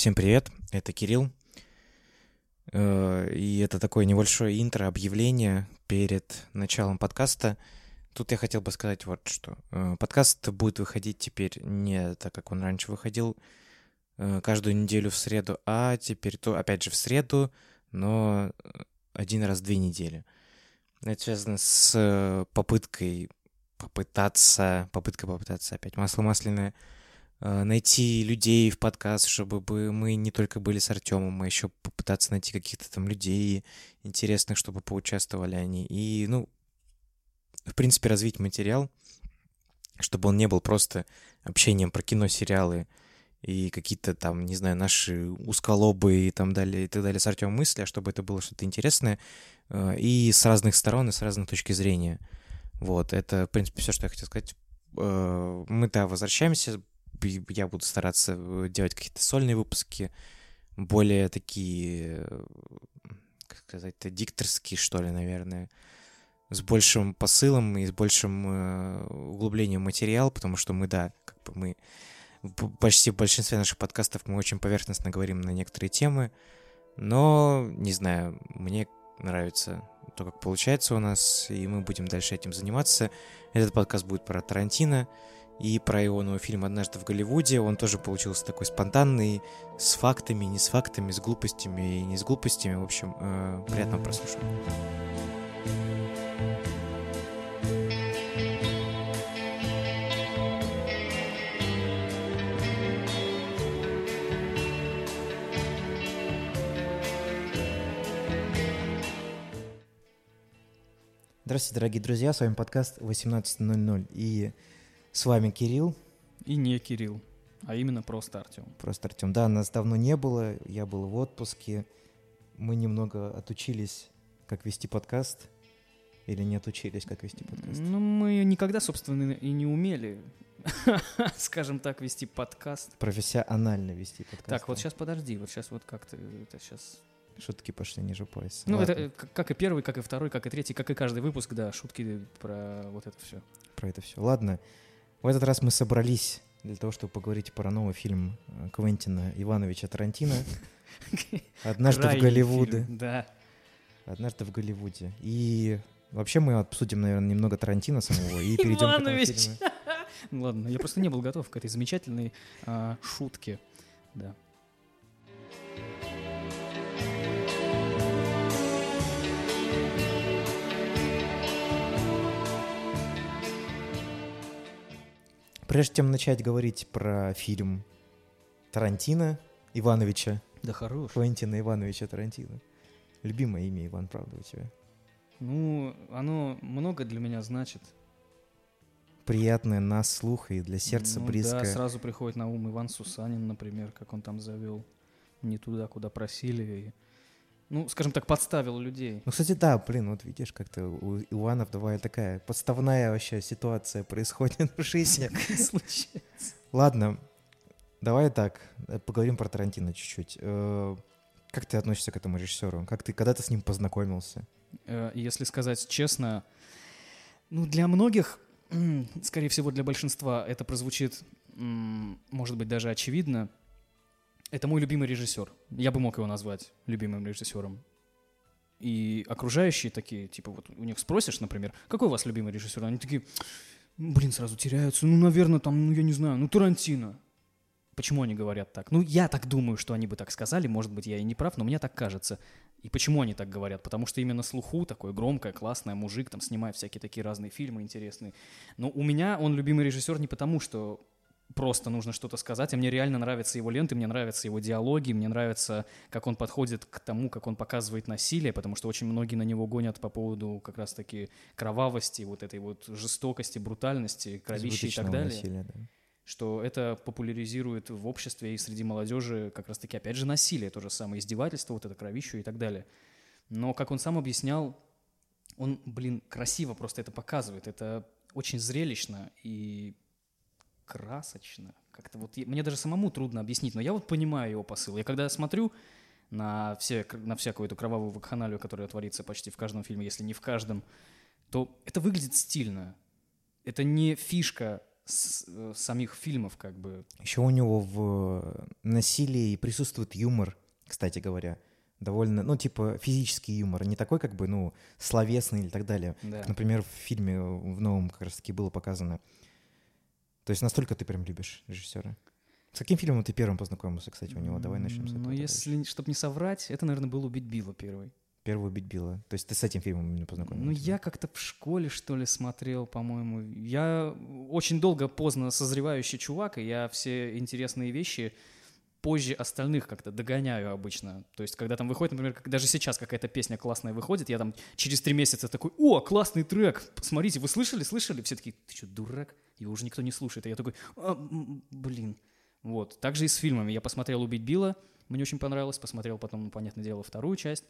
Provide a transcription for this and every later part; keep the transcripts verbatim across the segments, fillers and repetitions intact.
Всем привет, это Кирилл. Э, И это такое небольшое интро, объявление перед началом подкаста. Тут я хотел бы сказать вот что. Э, Подкаст будет выходить теперь не так, как он раньше выходил, э, каждую неделю в среду, а теперь, то, опять же, в среду, но э, один раз в две недели. Это связано с э, попыткой попытаться, попыткой попытаться, опять масло масляное, э, найти людей в подкаст, чтобы бы мы не только были с Артемом, а еще попытаться найти каких-то там людей интересных, чтобы поучаствовали они. И, ну, в принципе, развить материал, чтобы он не был просто общением про кино, сериалы и какие-то там, не знаю, наши узколобые и там далее, и так далее с Артемом мысли, а чтобы это было что-то интересное э, и с разных сторон, и с разных точки зрения. Вот, это, в принципе, все, что я хотел сказать. Э, Мы, да, возвращаемся. Б- Я буду стараться э, делать какие-то сольные выпуски, более такие, э, как сказать, дикторские, что ли, наверное, с большим посылом и с большим э, углублением материала, потому что мы, да, как бы мы в почти в большинстве наших подкастов мы очень поверхностно говорим на некоторые темы, но, не знаю, мне нравится то, как получается у нас, и мы будем дальше этим заниматься. Этот подкаст будет про Тарантино и про его новый фильм «Однажды в Голливуде». Он тоже получился такой спонтанный, с фактами, не с фактами, с глупостями и не с глупостями. В общем, э, приятного прослушивания. Здравствуйте, дорогие друзья, с вами подкаст восемнадцать ноль ноль, и с вами Кирилл, И не Кирилл, а именно просто Артем. просто Артем. Да, нас давно не было, я был в отпуске, мы немного отучились, как вести подкаст, или не отучились, как вести подкаст. Ну, мы никогда, собственно, и не умели, скажем так, вести подкаст. Профессионально вести подкаст. Так, вот сейчас подожди, вот сейчас вот как ты это сейчас... Шутки пошли ниже пояса. Ну, Ладно, это э, как как и первый, как и второй, как и третий, как и каждый выпуск, да, шутки про вот это все. про это все. Ладно, в этот раз мы собрались для того, чтобы поговорить про новый фильм э, Квентина Ивановича Тарантино «Однажды в Голливуде». Да. «Однажды в Голливуде». И вообще мы обсудим, наверное, немного Тарантино самого и перейдем к этому Иванович! фильму. Ну ладно, я просто не был готов к этой замечательной а, шутке. Да. Прежде чем начать говорить про фильм Тарантино Ивановича, Да хорош. Квентина Ивановича Тарантино. Любимое имя, Иван, правда, у тебя? Ну, оно много для меня значит. Приятное на слух и для сердца Ну близкое. Да, сразу приходит на ум Иван Сусанин, например, как он там завел не туда, куда просили. И, ну, скажем так, подставил людей. Ну, кстати, да, блин, вот видишь, как-то у Иванов давай такая подставная вообще ситуация происходит в жизни. Случается. Ладно, давай так, э, поговорим про Тарантино чуть-чуть. Э, Как ты относишься к этому режиссеру? Как ты, когда ты с ним познакомился? Э, Если сказать честно, ну, для многих, м, скорее всего, для большинства это прозвучит, м, может быть, даже очевидно. Это мой любимый режиссер. Я бы мог его назвать любимым режиссером. И окружающие такие, типа, вот у них спросишь, например, какой у вас любимый режиссер? Они такие, блин, сразу теряются. Ну, наверное, там, ну, я не знаю, ну, Тарантино. Почему они говорят так? Ну, я так думаю, что они бы так сказали. Может быть, я и не прав, но мне так кажется. И почему они так говорят? Потому что именно слуху такое громкое, классное, мужик там снимает всякие такие разные фильмы интересные. Но у меня он любимый режиссер не потому, что просто нужно что-то сказать, а мне реально нравятся его ленты, мне нравятся его диалоги, мне нравится, как он подходит к тому, как он показывает насилие, потому что очень многие на него гонят по поводу как раз-таки кровавости, вот этой вот жестокости, брутальности, кровищи и так Избыточного далее. насилия, да. Что это популяризирует в обществе и среди молодежи как раз-таки, опять же, насилие, то же самое издевательство, вот это кровищу и так далее. Но, как он сам объяснял, он, блин, красиво просто это показывает, это очень зрелищно и красочно. Как-то вот я- мне даже самому трудно объяснить, но я вот понимаю его посыл. Я когда смотрю на, все, на всякую эту кровавую вакханалию, которая творится почти в каждом фильме, если не в каждом, то это выглядит стильно. Это не фишка с, э, самих фильмов, как бы. Еще у него в насилии присутствует юмор, кстати говоря. Довольно, ну, типа, физический юмор. Не такой, как бы, ну, словесный или так далее. Да. Как, например, в фильме в новом как раз-таки было показано. То есть настолько ты прям любишь режиссера. С каким фильмом ты первым познакомился, кстати, у него? Давай начнем с этого. Ну, если, чтобы не соврать, это, наверное, был «Убить Билла» первый. Первый «Убить Билла». То есть ты с этим фильмом именно познакомился? Ну, я как-то в школе, что ли, смотрел, по-моему. Я очень долго, поздно созревающий чувак, и я все интересные вещи позже остальных как-то догоняю обычно. То есть, когда там выходит, например, как даже сейчас какая-то песня классная выходит, я там через три месяца такой: о, классный трек, посмотрите, вы слышали, слышали? Все такие: ты что, дурак? Его уже никто не слушает. И я такой: а, блин. Вот. Также и с фильмами. Я посмотрел «Убить Билла», мне очень понравилось, посмотрел потом, ну, понятное дело, вторую часть.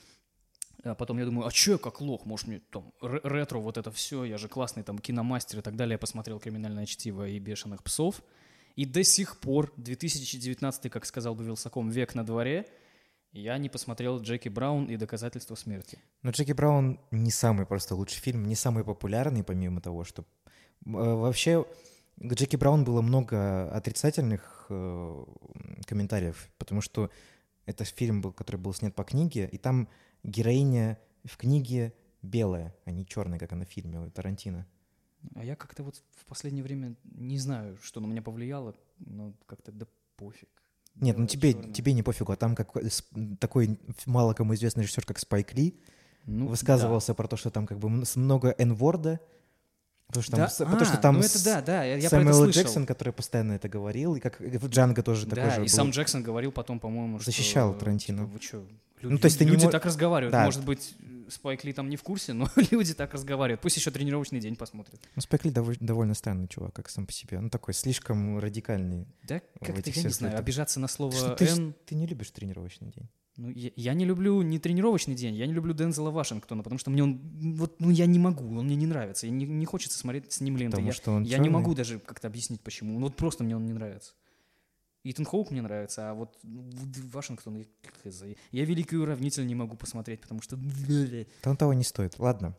А потом я думаю: а чё я как лох? Может, мне там ретро, вот это все, я же классный там киномастер и так далее. Я посмотрел «Криминальное чтиво» и «Бешеных псов». И до сих пор, две тысячи девятнадцатый, как сказал бы Вилсаком, век на дворе, я не посмотрел «Джеки Браун» и «Доказательства смерти». Но «Джеки Браун» не самый просто лучший фильм, не самый популярный, помимо того, что... Вообще, к «Джеки Браун» было много отрицательных э, комментариев, потому что это фильм был, который был снят по книге, и там героиня в книге белая, а не черная, как она в фильме у Тарантино. А я как-то вот в последнее время не знаю, что на меня повлияло, но как-то да пофиг. Нет, ну тебе, тебе не пофигу, а там как, такой мало кому известный режиссер, как Спайк Ли, ну, высказывался да. про то, что там как бы много N-ворда, потому что там, да? потому, а, что там ну это да, да, я, я Сэмюэл Джексон, который постоянно это говорил, и как в Джанго тоже да, такой же и был. сам Джексон говорил потом, по-моему, защищал что... Тарантино. Типа, вы что, люди, ну, то есть ты люди не так разговаривают, да. может быть... Спайк Ли там не в курсе, но люди так разговаривают. Пусть еще «Тренировочный день» посмотрят. Ну, Спайк Ли дов- довольно странный чувак, как сам по себе. Он такой слишком радикальный. Да, как-то, я не знаю, обижаться на слово что, «Н». Ты, ты не любишь «Тренировочный день». Ну, я, я не люблю не «Тренировочный день», я не люблю Дензела Вашингтона, потому что мне он... Вот, ну, я не могу, он мне не нравится. Я не, не хочется смотреть с ним ленты. Потому я, что он я не могу даже как-то объяснить, почему. Ну, вот просто мне он не нравится. Итан Хоук мне нравится, а вот Вашингтон, я, я «Великий уравнитель» не могу посмотреть, потому что... Да он того не стоит. Ладно.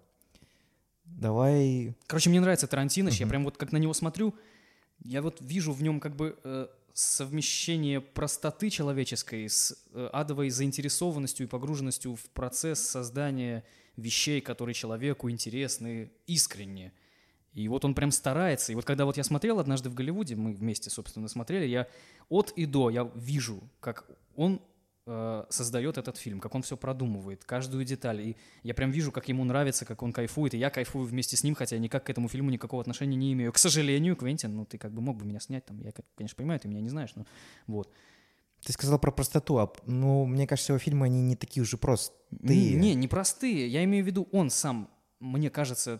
Давай... Короче, мне нравится Тарантино, uh-huh. я прям вот как на него смотрю, я вот вижу в нем как бы э, совмещение простоты человеческой с э, адовой заинтересованностью и погруженностью в процесс создания вещей, которые человеку интересны искренне. И вот он прям старается. И вот когда вот я смотрел однажды в Голливуде, мы вместе, собственно, смотрели, я от и до, я вижу, как он э, создает этот фильм, как он все продумывает, каждую деталь. И я прям вижу, как ему нравится, как он кайфует, и я кайфую вместе с ним, хотя я никак к этому фильму никакого отношения не имею. К сожалению, Квентин, ну ты как бы мог бы меня снять, там, я, конечно, понимаю, ты меня не знаешь, но вот. Ты сказал про простоту, а, ну, мне кажется, его фильмы, они не такие уже простые. Не, не, не простые. Я имею в виду, он сам, мне кажется...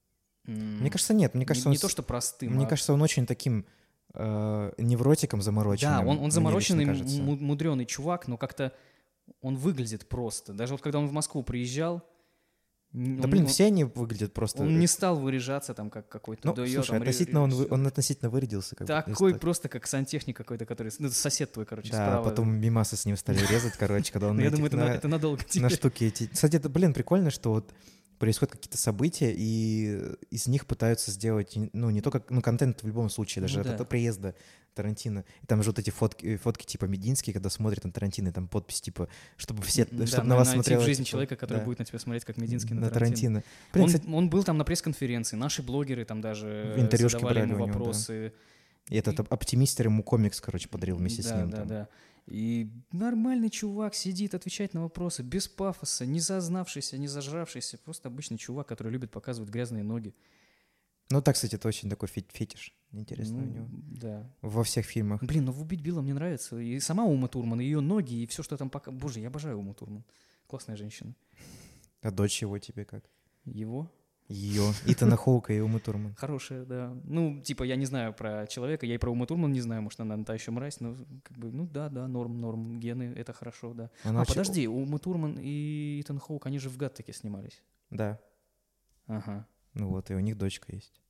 Мне кажется, нет. Мне кажется, не, он, не то, что простым. Мне а... кажется, он очень таким э, невротиком замороченным. Да, он, он замороченный, м- мудреный чувак, но как-то он выглядит просто. Даже вот когда он в Москву приезжал... Да, он, блин, он, все они выглядят просто... Он не стал выряжаться там, как какой-то... Ну, дует, слушай, там, относительно он, ре- он относительно вырядился. Как такой бы, просто, как сантехник какой-то, который... Ну, сосед твой, короче, да, справа. потом мимасы с ним стали резать, короче, когда он Я думаю, это надолго на штуки эти... Кстати, это, блин, прикольно, что вот происходят какие-то события, и из них пытаются сделать, ну, не только, ну, контент в любом случае, даже ну, от да. приезда Тарантино. И там же вот эти фотки, фотки типа Мединский, когда смотрят на Тарантино, и там подпись типа, чтобы все, да, чтобы на вас смотрели. в жизнь типа, человека, который да. будет на тебя смотреть, как Мединский на, на Тарантино. Тарантино. Блин, он, кстати, он был там на пресс-конференции, наши блогеры там даже интервьюшки задавали брали ему у него, вопросы. Да. И этот оптимистер ему комикс, короче, подарил вместе да, с ним. Да, там. да, и нормальный чувак сидит, отвечает на вопросы, без пафоса, не зазнавшийся, не зажравшийся, просто обычный чувак, который любит показывать грязные ноги. Ну так, кстати, это очень такой фетиш. Интересно ну, у него. Да. Во всех фильмах. Блин, ну в «Убить Билла» мне нравится. И сама Ума Турман, и ее ноги, и все, что там пока... Боже, я обожаю Уму Турман. Классная женщина. А дочь его тебе как? Его? Ее. Итана Хоука и Умы Турман. Хорошая, да. Ну, типа, я не знаю про человека, я и про Уму Турман не знаю, может, она та еще мразь, но как бы, ну да, да, норм, норм, гены, это хорошо, да. Она а, очень... подожди, Ума Турман и Итан Хоук, они же в «Гаттеке» снимались. Да. Ага. Ну вот, и у них дочка есть.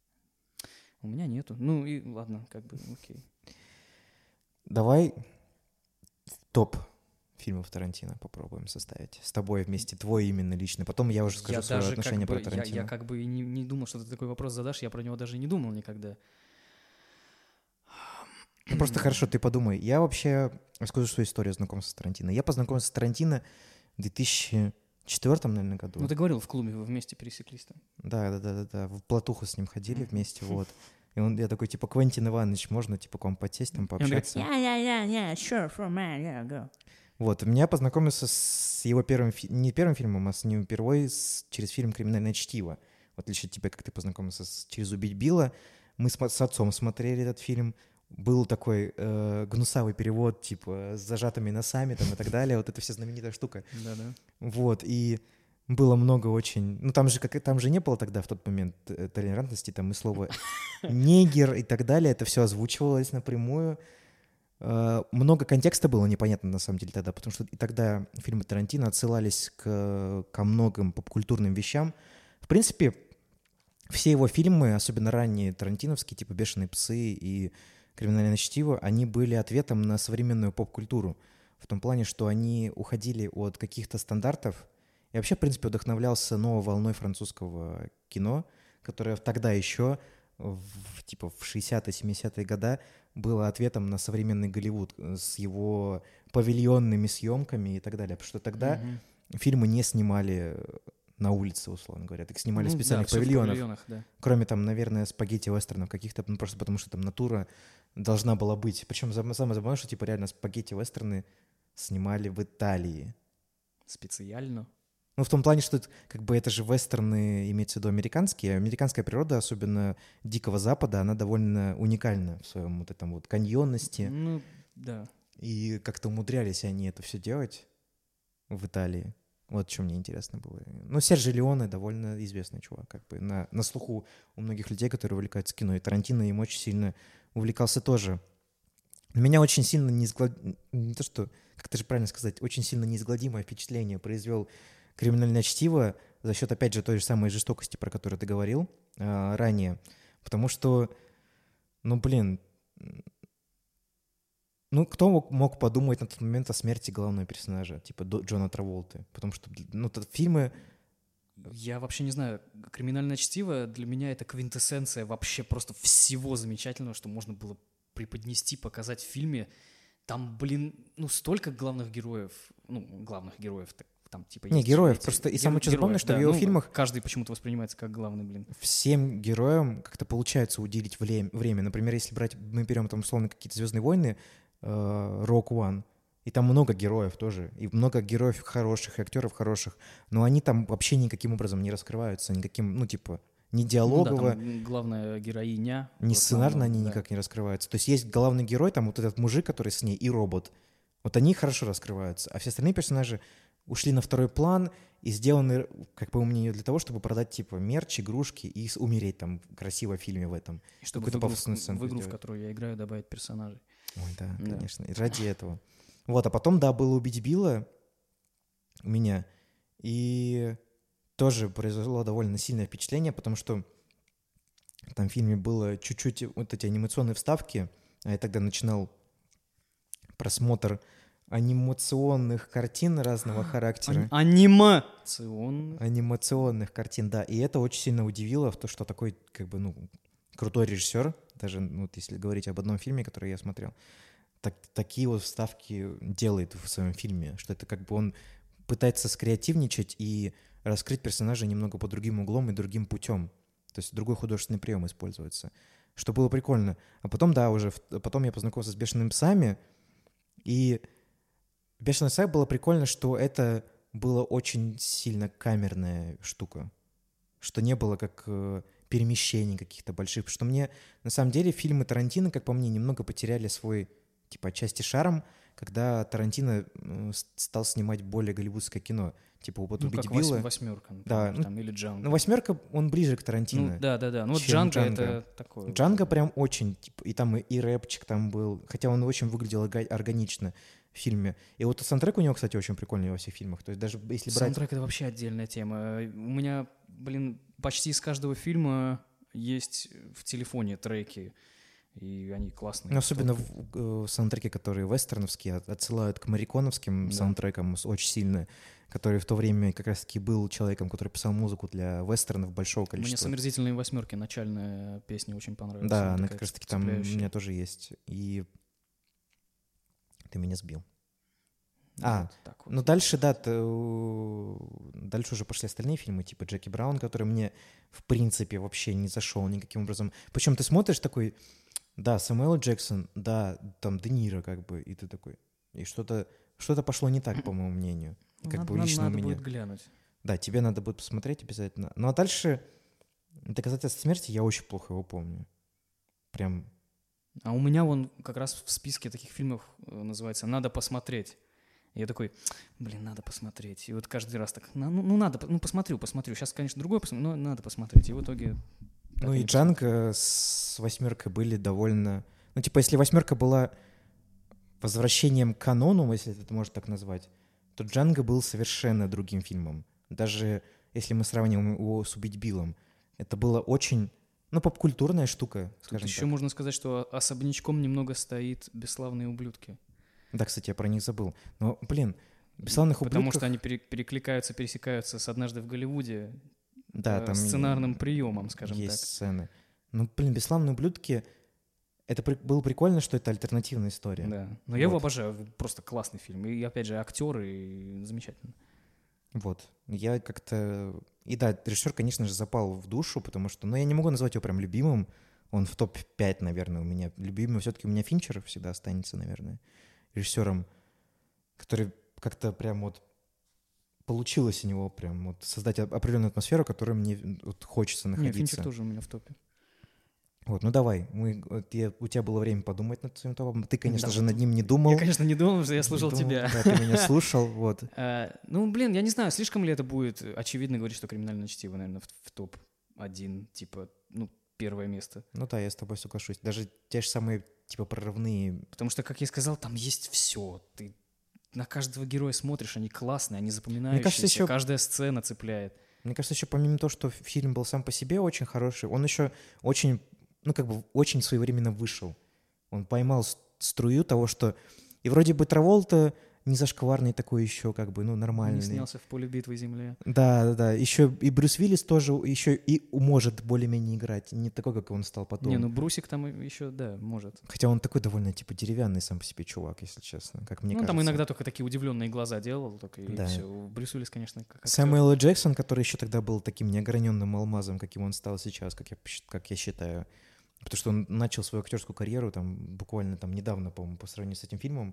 У меня нету. Ну и ладно, как бы, окей. Давай топ фильмов Тарантино попробуем составить. С тобой вместе, твой именно личный. Потом я уже скажу я свое даже отношение как бы, про Тарантино. Я, я как бы и не, не думал, что ты такой вопрос задашь, я про него даже не думал никогда. Ну просто хорошо, ты подумай. Я вообще расскажу свою историю знакомства с Тарантино. Я познакомился с Тарантино в две тысячи четвёртом, наверное, году. Ну, ты говорил, в клубе вы вместе пересеклись там. Да, да, да, да, да. В платуху с ним ходили вместе, вот. И он, я такой, типа, Квентин Иванович, можно, типа, к вам подсесть, там, пообщаться? Yeah, yeah, yeah, yeah, sure, for man, yeah, go. Вот, меня познакомился с его первым, фи- не первым фильмом, а с ним впервые с- через фильм «Криминальное чтиво». В отличие от тебя, как ты познакомился с, через «Убить Билла». Мы с, с отцом смотрели этот фильм. Был такой э, гнусавый перевод, типа, с зажатыми носами там и так далее. Вот это вся знаменитая штука. Да-да. Вот, и было много очень... Ну, там же, как, там же не было тогда в тот момент э, толерантности, там и слова «негер» и так далее. Это все озвучивалось напрямую. Э, Много контекста было непонятно на самом деле тогда, потому что и тогда фильмы Тарантино отсылались к, ко многим попкультурным вещам. В принципе, все его фильмы, особенно ранние тарантиновские, типа «Бешеные псы» и «Криминальное чтиво», они были ответом на современную поп-культуру. В том плане, что они уходили от каких-то стандартов. Я вообще, в принципе, вдохновлялся новой волной французского кино, которое тогда еще, в, типа в шестидесятые-семидесятые годы, было ответом на современный Голливуд с его павильонными съемками и так далее. Потому что тогда Мгм. фильмы не снимали на улице, условно говоря. Так снимали в Ну, да, специальных всё в павильонах. павильонах, да. Кроме там, наверное, спагетти-вестернов каких-то, ну, просто потому что там натура должна была быть. Причем самое забавное, что типа реально спагетти-вестерны снимали в Италии. Специально. Ну, в том плане, что это, как бы это же вестерны, имеется в виду американские. Американская природа, особенно Дикого Запада, она довольно уникальна в своем вот этом вот каньонности. Ну, да. И как-то умудрялись они это все делать в Италии. Вот что мне интересно было. Ну, Серджио Леоне довольно известный чувак, как бы на, на слуху у многих людей, которые увлекаются кино. И Тарантино им очень сильно увлекался тоже. Меня очень сильно неизглад... не то что, как это же правильно сказать, очень сильно неизгладимое впечатление произвел «Криминальное чтиво» за счет, опять же, той же самой жестокости, про которую ты говорил а, ранее. Потому что, ну, блин, ну, кто мог, мог подумать на тот момент о смерти главного персонажа, типа До- Джона Траволты? Потому что, ну, это фильмы... Я вообще не знаю, «Криминальное чтиво» для меня это квинтэссенция вообще просто всего замечательного, что можно было преподнести, показать в фильме. Там, блин, ну столько главных героев, ну, главных героев, так, там типа Не, есть героев, эти просто и геро- самое что забавное, героев, что в да, его ну, фильмах каждый почему-то воспринимается как главный, блин. всем героям как-то получается уделить вле- время. Например, если брать, мы берем там условно какие-то «Звездные войны», э, Rogue One, и там много героев тоже, и много героев хороших, и актеров хороших, но они там вообще никаким образом не раскрываются, никаким, ну, типа, ни Ну да, диалогово, там главная героиня. ни в сценарно основном, они да. никак не раскрываются. То есть есть главный герой, там вот этот мужик, который с ней, и робот. Вот они хорошо раскрываются, а все остальные персонажи ушли на второй план и сделаны, как по моему мнению, для того, чтобы продать, типа, мерч, игрушки и с- умереть там красиво в фильме в этом. И чтобы в Какую-то игру, пафосную в сценку игру, в сделать. которую я играю, добавить персонажей. Ой, да, Да. конечно. И ради этого. Вот, а потом, да, было «Убить Билла» у меня. И тоже произошло довольно сильное впечатление, потому что там в фильме было чуть-чуть вот эти анимационные вставки, а я тогда начинал просмотр анимационных картин разного характера. Ан- анимационный. Анимационных картин, да. И это очень сильно удивило в то, что такой, как бы, ну, крутой режиссер, даже, ну, вот если говорить об одном фильме, который я смотрел, так, такие вот вставки делает в своем фильме, что это как бы он пытается скреативничать и раскрыть персонажа немного по другим углом и другим путем. То есть другой художественный прием используется, что было прикольно. А потом, да, уже в- потом я познакомился с «Бешеными псами», и в «Бешеных псах» было прикольно, что это была очень сильно камерная штука, что не было как э, перемещений каких-то больших, потому что мне, на самом деле, фильмы Тарантино, как по мне, немного потеряли свой, типа, отчасти шарм, когда Тарантино э, с- стал снимать более голливудское кино, типа вот Ну, «Убить как Билла». вось- «Восьмерка», например, Да, ну, там, или «Джанго». Ну, «Восьмерка», он ближе к Тарантино. Ну, да, да, да. Ну, вот чем «Джанго» «Джанго». это такое. Джанго уже. прям очень, типа, и там и, и рэпчик там был, хотя он очень выглядел орга- органично в фильме. И вот саундтрек у него, кстати, очень прикольный во всех фильмах. То есть даже если брать... Саундтрек — это вообще отдельная тема. У меня, блин, почти из каждого фильма есть в телефоне треки, и они классные. Ну, особенно Только- в, э, саундтреки, которые вестерновские, от- отсылают к мариконовским Да. саундтрекам с- очень сильно, который в то время как раз-таки был человеком, который писал музыку для вестернов большого Мне с количества. «Омерзительной восьмерки» начальная песня очень понравилась. Да, Она она такая как раз-таки там у цепляющая. меня тоже есть. И Ты меня сбил. Ну, А, вот так вот. ну дальше, да, т- э, дальше уже пошли остальные фильмы, типа Джеки Браун, который мне, в принципе, вообще не зашел никаким образом. Причем ты смотришь такой, да, Сэмюэл Джексон, да, там Де Ниро как бы, и ты такой, и что-то что-то пошло не так, по моему мнению. И Ну, как надо, бы надо- лично надо у меня. будет глянуть. Да, тебе надо будет посмотреть обязательно. Ну а дальше «Доказательства смерти» я очень плохо его помню. Прям, А у меня вон как раз в списке таких фильмов э, называется «Надо посмотреть». И я такой, блин, надо посмотреть. И вот каждый раз так, ну, ну надо, по- ну посмотрю, посмотрю. Сейчас, конечно, другое посмотрю, но надо посмотреть. И в итоге... так ну и не посмотрел. Джанго с «Восьмеркой» были довольно... Ну типа если «Восьмерка» была возвращением к канону, если это можно так назвать, то Джанго был совершенно другим фильмом. Даже если мы сравним его с «Убить Биллом», это было очень, ну, попкультурная штука, Тут скажем еще так. можно сказать, что особнячком немного стоит «Бесславные ублюдки». Да, кстати, я про них забыл. Но, блин, «Бесславных ублюдков». Потому что они пере- перекликаются, пересекаются с «Однажды в Голливуде» Да, по там сценарным приемам, скажем есть так. сцены. Ну, блин, «Бесславные ублюдки», это при- было прикольно, что это альтернативная история. Да. Но я его Вот. обожаю. Просто классный фильм. И опять же, актеры и замечательно. Вот. Я как-то... И да, режиссер, конечно же, запал в душу, потому что... Ну, я не могу назвать его прям любимым. Он в топ пять, наверное, у меня любимый. Все-таки у меня Финчер всегда останется, наверное, режиссером, который как-то прям вот получилось у него прям вот создать о- определенную атмосферу, которой мне вот хочется Нет, находиться. Финчер тоже у меня в топе. Вот, ну давай, мы, вот я- у тебя было время подумать над своим топом. Ты, конечно Да, же, вот над ним не думал. Я, конечно, не думал, что я Не слушал думал, тебя. Да, ты меня слушал, вот. А, Ну, блин, я не знаю, слишком ли это будет очевидно говорить, что «Криминальное чтиво», наверное, в, в топ один, типа, ну, первое место. Ну да, я с тобой соглашусь. Даже те же самые, типа, прорывные. Потому что, как я сказал, там есть все. Ты на каждого героя смотришь, они классные, они Мне запоминающиеся, кажется, еще, каждая сцена цепляет. мне кажется, еще помимо того, что фильм был сам по себе очень хороший, он еще очень, ну как бы, очень своевременно вышел. Он поймал с- струю того, что... И вроде бы Траволта не зашкварный такой еще, как бы, ну, нормальный. Не снялся в «Поле битвы земле». Да, да, да. Еще и Брюс Уиллис тоже еще и может более-менее играть. Не такой, как он стал потом. Не, ну Брусик там еще, да, может. Хотя он такой довольно, типа, деревянный сам по себе чувак, если честно, как мне ну, кажется. там иногда только такие удивленные глаза делал, только и Да. все. Брюс Уиллис, конечно, как актер. Сэмюэл Л. Джексон, который еще тогда был таким неограненным алмазом, каким он стал сейчас, как я, пощ- как я считаю. Потому что он начал свою актерскую карьеру там буквально там недавно, по-моему, по сравнению с этим фильмом.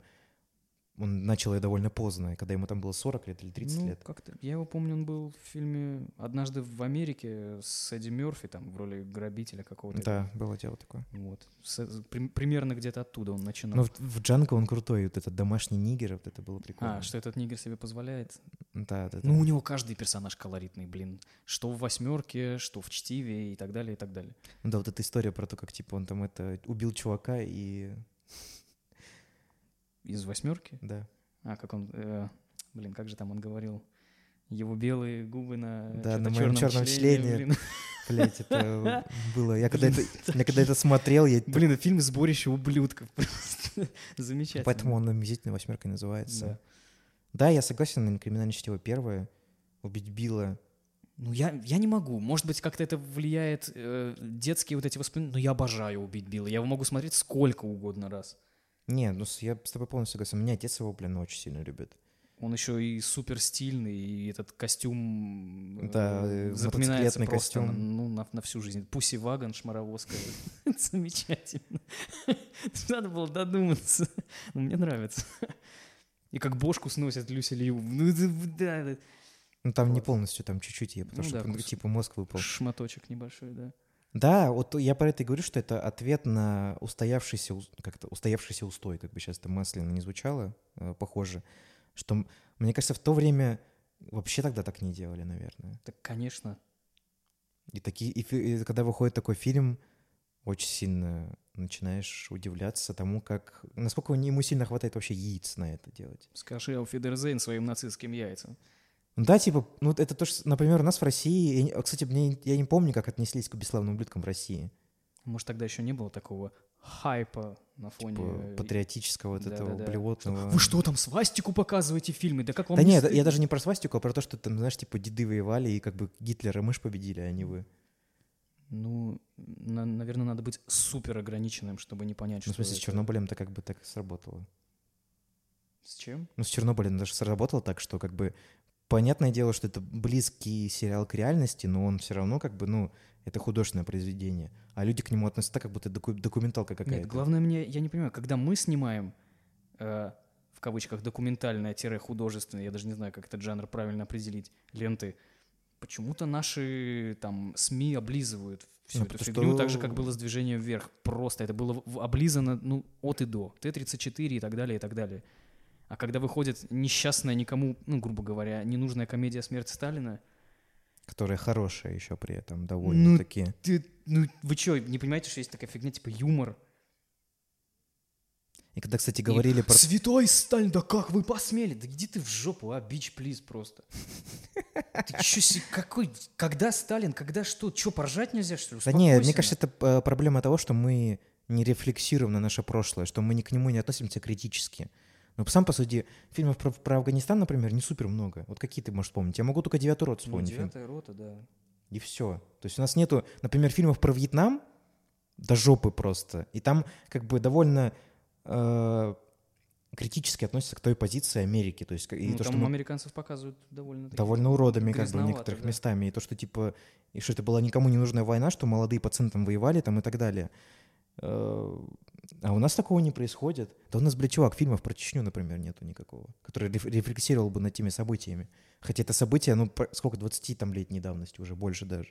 Он начал ее довольно поздно, когда ему там было сорок лет или тридцать ну, лет. как-то. Я его помню, он был в фильме «Однажды в Америке» с Эдди Мерфи, там, в роли грабителя какого-то. Да, было дело такое. Вот. С- при- примерно где-то оттуда он начинал. Но в, в Джанго он крутой, вот этот домашний нигер, вот это было прикольно. А, что этот нигер себе позволяет? Да, да, да. Ну, у него каждый персонаж колоритный, блин. Что в «Восьмерке», что в «Чтиве» и так далее, и так далее. Ну да, вот эта история про то, как, типа, он там это убил чувака и... Из «Восьмерки»? Да. А, как он... э, блин, как же там он говорил? Его белые губы на, Да, чё-то на моем чёрном чёрном члене, члене. блин. Блять, это было... Я когда Блин, это, я когда это смотрел, я... Блин, это фильм «Сборище ублюдков». Просто замечательно. Поэтому он «Омерзительной восьмеркой» называется. Да. Да, я согласен, наверное, «Криминальное чтиво» первое. «Убить Билла». Ну, я, я не могу. Может быть, как-то это влияет э, детские вот эти воспоминания. Но я обожаю «Убить Билла». Я его могу смотреть сколько угодно раз. Не, ну с- я с тобой полностью согласен. Меня отец его, блин, очень сильно любит. Он еще и супер стильный, и этот костюм э, Да, э, запоминается мотоциклетный просто костюм. ну, на, на всю жизнь. Пусси Вагон, шмаровозка. Замечательно. Надо было додуматься. Ну, мне нравится. И как бошку сносят Люси Лью. Ну, да, да. Ну там не Класс. полностью, там чуть-чуть, я, потому Ну что, да, ну, кус- типа, мозг выпал. Шматочек небольшой, да. Да, вот я про это и говорю, что это ответ на устоявшийся, ус- как-то устоявшийся устой, как бы сейчас это масляно не звучало, э, похоже, что, м- мне кажется, в то время вообще тогда так не делали, наверное. Так, конечно. И, такие, и, фи- и когда выходит такой фильм, очень сильно начинаешь удивляться тому, как, насколько ему сильно хватает вообще яиц на это делать. Скажи Ауфидерзейн своим нацистским яйцам. Ну да, типа, ну это то, что, например, у нас в России, я не- кстати, мне, я не помню, как отнеслись к бесславным ублюдкам в России. Может, тогда еще не было такого хайпа на фоне... Типа, патриотического вот этого Да-да-да. блевотного. Вы что там, свастику показываете в фильме? Да как вам Да не нет, стыдно? я даже не про свастику, а про то, что там, знаешь, типа деды воевали, и как бы Гитлера мы ж победили, а не вы. Ну, на- наверное, надо быть супер ограниченным, чтобы не понять, Ну, что в смысле, с это- Чернобылем-то как бы так и сработало. С чем? Ну, с Чернобылем даже сработало так, что как бы понятное дело, что это близкий сериал к реальности, но он все равно как бы, ну, это художественное произведение. А люди к нему относятся так, как будто доку- документалка какая-то. Нет, главное мне, я не понимаю, когда мы снимаем, э, в кавычках, документальное-художественное, я даже не знаю, как этот жанр правильно определить, ленты, почему-то наши там СМИ облизывают всю Ну, эту потому фигню, что- так же, как было с движением вверх. Просто это было в- облизано, ну, от и до. Т тридцать четыре и так далее, и так далее. А когда выходит несчастная никому, ну, грубо говоря, ненужная комедия «Смерть Сталина», Которая хорошая еще при этом, ну, довольно-таки. ты, ну, вы что, не понимаете, что есть такая фигня, типа юмор? И когда, кстати, И говорили про... «Святой Сталин, да как вы посмели? Да иди ты в жопу, а, бич, плиз, просто. Ты чё, се- какой, когда Сталин, когда что? Чё, поржать нельзя, что ли? Да не, мне Успокойся, кажется, это э, проблема того, что мы не рефлексируем на наше прошлое, что мы ни к нему не относимся критически. Ну, сам, по сути, фильмов про, про Афганистан, например, не супер много. Вот какие ты можешь вспомнить? Я могу только «Девятый рот» Ну, вспомнить. фильм. девятая рота, да. И все. То есть у нас нету, например, фильмов про Вьетнам до жопы просто. И там как бы довольно э, критически относятся к той позиции Америки. То есть, и Ну, то, там что мы американцев показывают довольно довольно уродами как бы грязновато, некоторых да. местами. И то, что типа, и что это была никому не нужная война, что молодые пацаны там воевали там и так далее. Э, А у нас такого не происходит. Да у нас, блядь, чувак, фильмов про Чечню, например, нету никакого, который реф- рефлексировал бы над теми событиями. Хотя это события, ну, про- сколько, двадцать там летней давности уже, больше даже.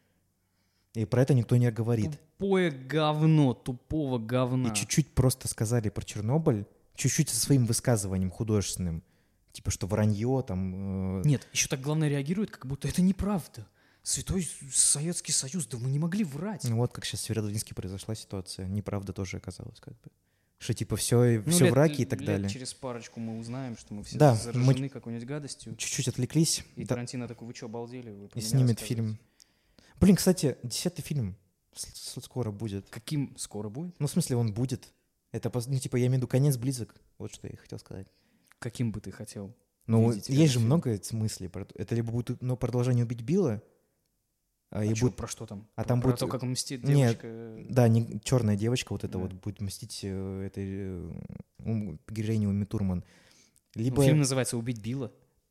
И про это никто не говорит. Тупое говно, тупого говна. И чуть-чуть просто сказали про Чернобыль, чуть-чуть со своим высказыванием художественным, типа, что вранье там... э, Нет, еще так главное реагирует, как будто это неправда. Святой Советский Союз, да вы не могли врать. Ну вот как сейчас в Северодвинске произошла ситуация, неправда тоже оказалась как бы. Что типа все, Ну, все лет- враки и так лет далее. через парочку мы узнаем, что мы все Да, заражены какой-нибудь гадостью. Чуть-чуть отвлеклись. И да, Тарантино такой, вы что, обалдели? Вы про и меня снимет рассказываете?» фильм. Блин, кстати, десятый фильм с- с- скоро будет. Каким скоро будет? Ну, в смысле, он будет. Это, пос- ну, типа, я имею в виду, конец близок. Вот что я хотел сказать. Каким бы ты хотел? Ну, видеть есть этот же фильм? много смыслей. про- Это либо будет ну, продолжение «Убить Билла», а, А и чё, будет, про что там? а Про- там про будет- то, как мстит Нет, девочка. да, не, черная девочка вот эта Да. вот будет мстить э, этой э, ум- героине Уми Турман. Ну, Либо фильм называется «Убить Билла».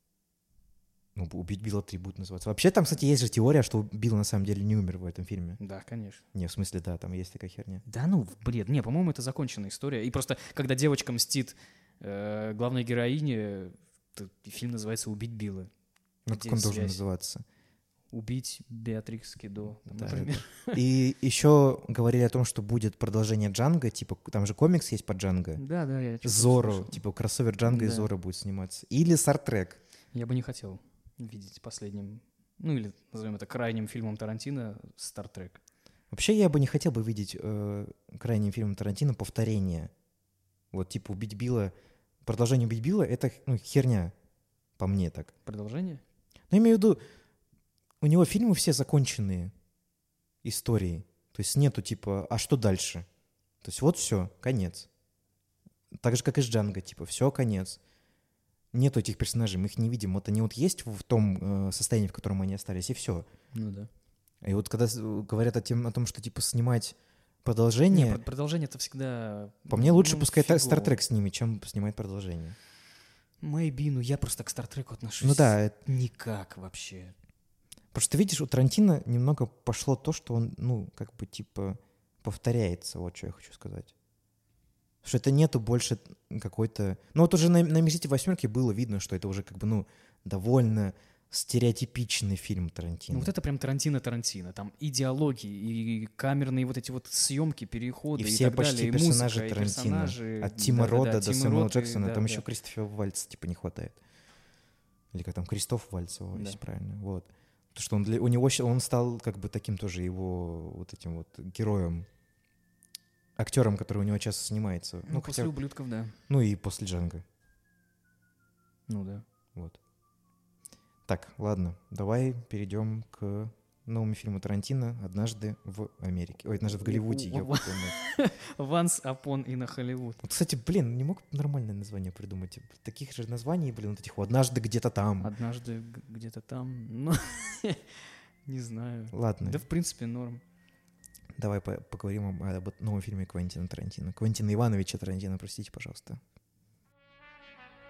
ну, «Убить Билла три» будет называться. Вообще там, кстати, есть же теория, что Билл на самом деле не умер в этом фильме. Да, конечно. Не, в смысле, да, там есть такая херня. Да ну, бред. Не, по-моему, это законченная история. И просто, когда девочка мстит э, главной героине, то фильм называется «Убить Билла». Ну, Где как он должен связь? называться? Убить Беатрикс Кидо, там, Да, например. И еще говорили о том, что будет продолжение Джанго, типа, там же комикс есть по Джанго. Да, да, я чё-то Зорро, слышал. типа, кроссовер Джанго и Да. Зорро будет сниматься. Или Стартрек. Я бы не хотел видеть последним, ну или, назовем это, крайним фильмом Тарантино «Стартрек». Вообще, я бы не хотел бы видеть э, крайним фильмом Тарантино повторение. Вот, типа, «Убить Билла». Продолжение «Убить Билла» — это, ну, херня, по мне так. Продолжение? Но я имею в виду, у него фильмы все законченные истории. То есть нету, типа, а что дальше? То есть вот все, конец. Так же, как и с Джанго, типа, все, конец. Нету этих персонажей, мы их не видим. Вот они вот есть в том э, состоянии, в котором они остались, и все. Ну да. И вот когда с- говорят о, тем, о том, что, типа, снимать Не, продолжение, про- продолжение это всегда... по мне лучше ну, пускай фигово. Стартрек снимет, чем снимать продолжение. Maybe, ну я просто к Стартреку отношусь Ну да, это- никак вообще. потому что, видишь, у Тарантино немного пошло то, что он, ну, как бы, типа, повторяется, вот что я хочу сказать. Что это нету больше какой-то... Ну, вот уже на, на «Омерзительной восьмерке» было видно, что это уже, как бы, ну, довольно стереотипичный фильм Тарантино. Ну вот это прям Тарантино-Тарантино. Там и диалоги, и камерные вот эти вот съемки, переходы И и, все так почти далее, и персонажи музыка, и Тарантино. персонажи. От Тима Да-да-да, Рода до Тима Сэмюэла Рот и- Джексона, там да-да. еще Кристофера Вальца, типа, не хватает. Или как там, Кристоф Вальц, его, если Да. правильно. Вот. Потому что он, для, у него, щ- он стал, как бы, таким тоже его, вот этим вот героем, актером, который у него часто снимается. Ну, Ну, после хотя, «Ублюдков», да. ну и после Джанго. Ну да. Вот. Так, ладно, давай перейдем к новому фильму Тарантино «Однажды в Америке». Ой, «Однажды в Голливуде», У- у- ёб твою мать. Once Upon in a Hollywood. Вот, кстати, блин, не мог нормальное название придумать. Таких же названий, блин, вот этих вот «Однажды где-то там». Однажды г- где-то там. Ну, не знаю. Ладно, Да, в принципе, норм. давай по- поговорим об, об новом фильме Квентина Тарантино. Квентина Ивановича Тарантино, простите, пожалуйста.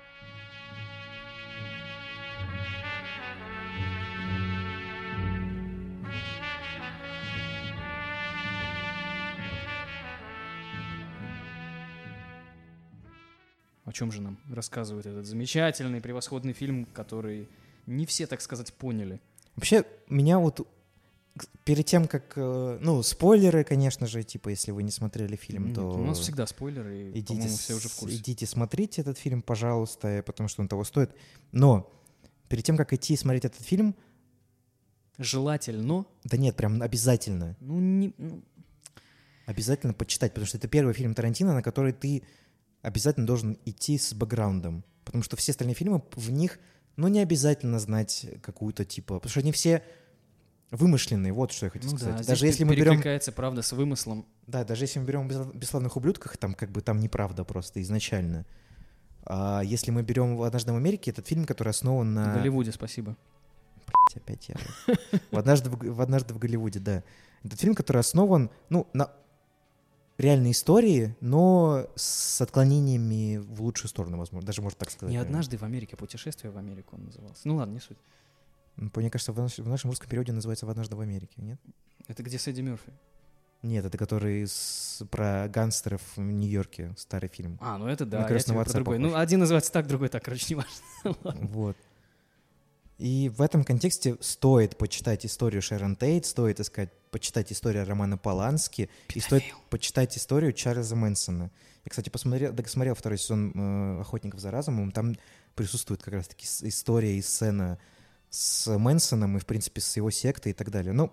чем же нам рассказывает этот замечательный, превосходный фильм, который не все, так сказать, поняли? Вообще, меня вот перед тем, как... э, Ну, спойлеры, конечно же, типа, если вы не смотрели фильм, Нет, то... у нас всегда спойлеры, и, идите, по-моему, все уже в с- курсе. идите смотрите этот фильм, пожалуйста, потому что он того стоит. Но перед тем, как идти смотреть этот фильм, Желательно, да нет, прям обязательно, ну, не, ну, обязательно почитать, потому что это первый фильм Тарантино, на который ты обязательно должен идти с бэкграундом. Потому что все остальные фильмы, в них, ну, не обязательно знать какую-то, типа... Потому что они все вымышленные, вот что я хочу ну сказать. да, здесь Даже если пер- мы берем... перекликается правда с вымыслом. Да, даже если мы берем «Бес- «Бесславных ублюдках», там как бы там неправда просто изначально. А если мы берем «Однажды в Америке», этот фильм, который основан В на... Голливуде, спасибо. Опять я. В «Однажды в, Г- в «Однажды в Голливуде», да. Этот фильм, который основан, ну, на реальной истории, но с отклонениями в лучшую сторону, возможно. Даже можно так сказать. Не наверное. однажды в Америке, путешествие в Америку он назывался. Ну ладно, не суть. Ну, Мне кажется, в, наш- в нашем русском переводе называется «В однажды в Америке», нет? Это где с Эдди Мерфи? Нет, это который с- про гангстеров в Нью-Йорке, старый фильм. А, ну это да, На я «Крестного тебе отца» про другой. похож. Ну, один называется так, другой так, короче, не важно. Вот. И в этом контексте стоит почитать историю Шерон Тейт, стоит искать, почитать историю Романа Полански, и стоит почитать историю Чарльза Мэнсона. Я, кстати, посмотрел, досмотрел второй сезон э, «Охотников за разумом», там присутствует как раз-таки с- история и сцена с Мэнсоном и, в принципе, с его сектой и так далее. Ну,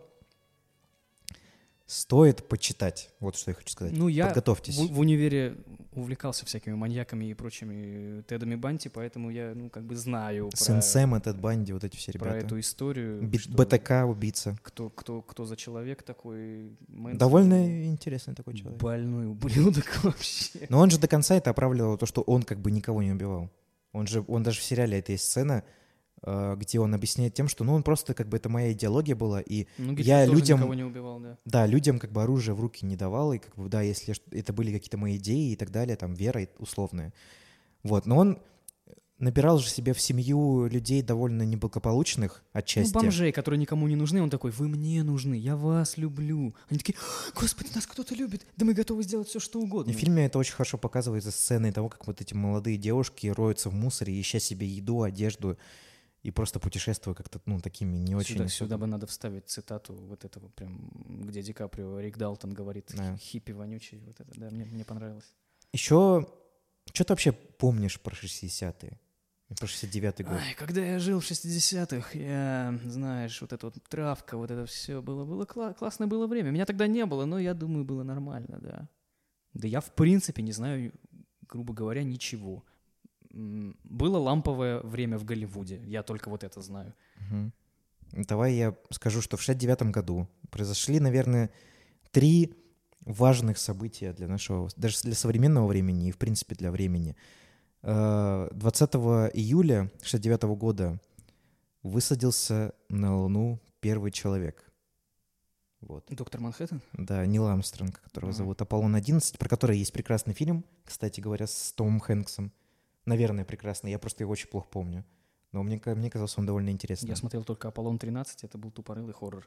стоит почитать, вот что я хочу сказать. Ну, я Подготовьтесь. в, в универе увлекался всякими маньяками и прочими Тедами Банти, поэтому я, ну, как бы знаю про, Сэн Сэм, Тед Банди, вот эти все про ребята. эту историю. Би- что- БТК, убийца. Кто, кто, кто за человек такой? Мэнсон. Довольно интересный такой человек. Больной ублюдок вообще. Но он же до конца это оправдывал, то, что он как бы никого не убивал. Он же, он даже в сериале, это есть сцена, э, где он объясняет тем, что, ну, он просто, как бы, это моя идеология была, и, Ну, Гитлер Я тоже людям- никого не убивал, да. да, людям, как бы, оружие в руки не давал, и, как бы, да, если ш- это были какие-то мои идеи и так далее, там, вера и- условная. Вот, но он набирал же себе в семью людей довольно неблагополучных Ну, отчасти. бомжей, которые никому не нужны, он такой: вы мне нужны, я вас люблю. Они такие: господи, нас кто-то любит, да мы готовы сделать все, что угодно. И в фильме это очень хорошо показывается сценой того, как вот эти молодые девушки роются в мусоре, ища себе еду, одежду и просто путешествуя как-то, ну, такими не очень... Сюда, особо- сюда бы надо вставить цитату вот этого прям, где Ди Каприо, Рик Далтон говорит: Да. хиппи вонючий, вот это, да, мне, мне понравилось. Еще, что ты вообще помнишь про шестидесятые? И про шестьдесят девятый год? Ай, когда я жил в шестидесятых, я, знаешь, вот эта вот травка, вот это все было, было кла- классное было время. Меня тогда не было, но я думаю, было нормально, да. Да я, в принципе, не знаю, грубо говоря, ничего. М, Было ламповое время в Голливуде, я только вот это знаю. Мгм. Давай я скажу, что в шестьдесят девятом году произошли, наверное, три важных события для нашего, даже для современного времени и, в принципе, для времени. Э, двадцатого июля шестьдесят девятого года высадился на Луну первый человек. Вот. Доктор Манхэттен? Да, Нил Армстронг, которого Ага. зовут Аполлон одиннадцать, про который есть прекрасный фильм, кстати говоря, с Томом Хэнксом. Наверное, прекрасный, я просто его очень плохо помню. Но мне, ка- мне казалось, он довольно интересный. Я смотрел только «Аполлон тринадцать», это был тупорылый хоррор.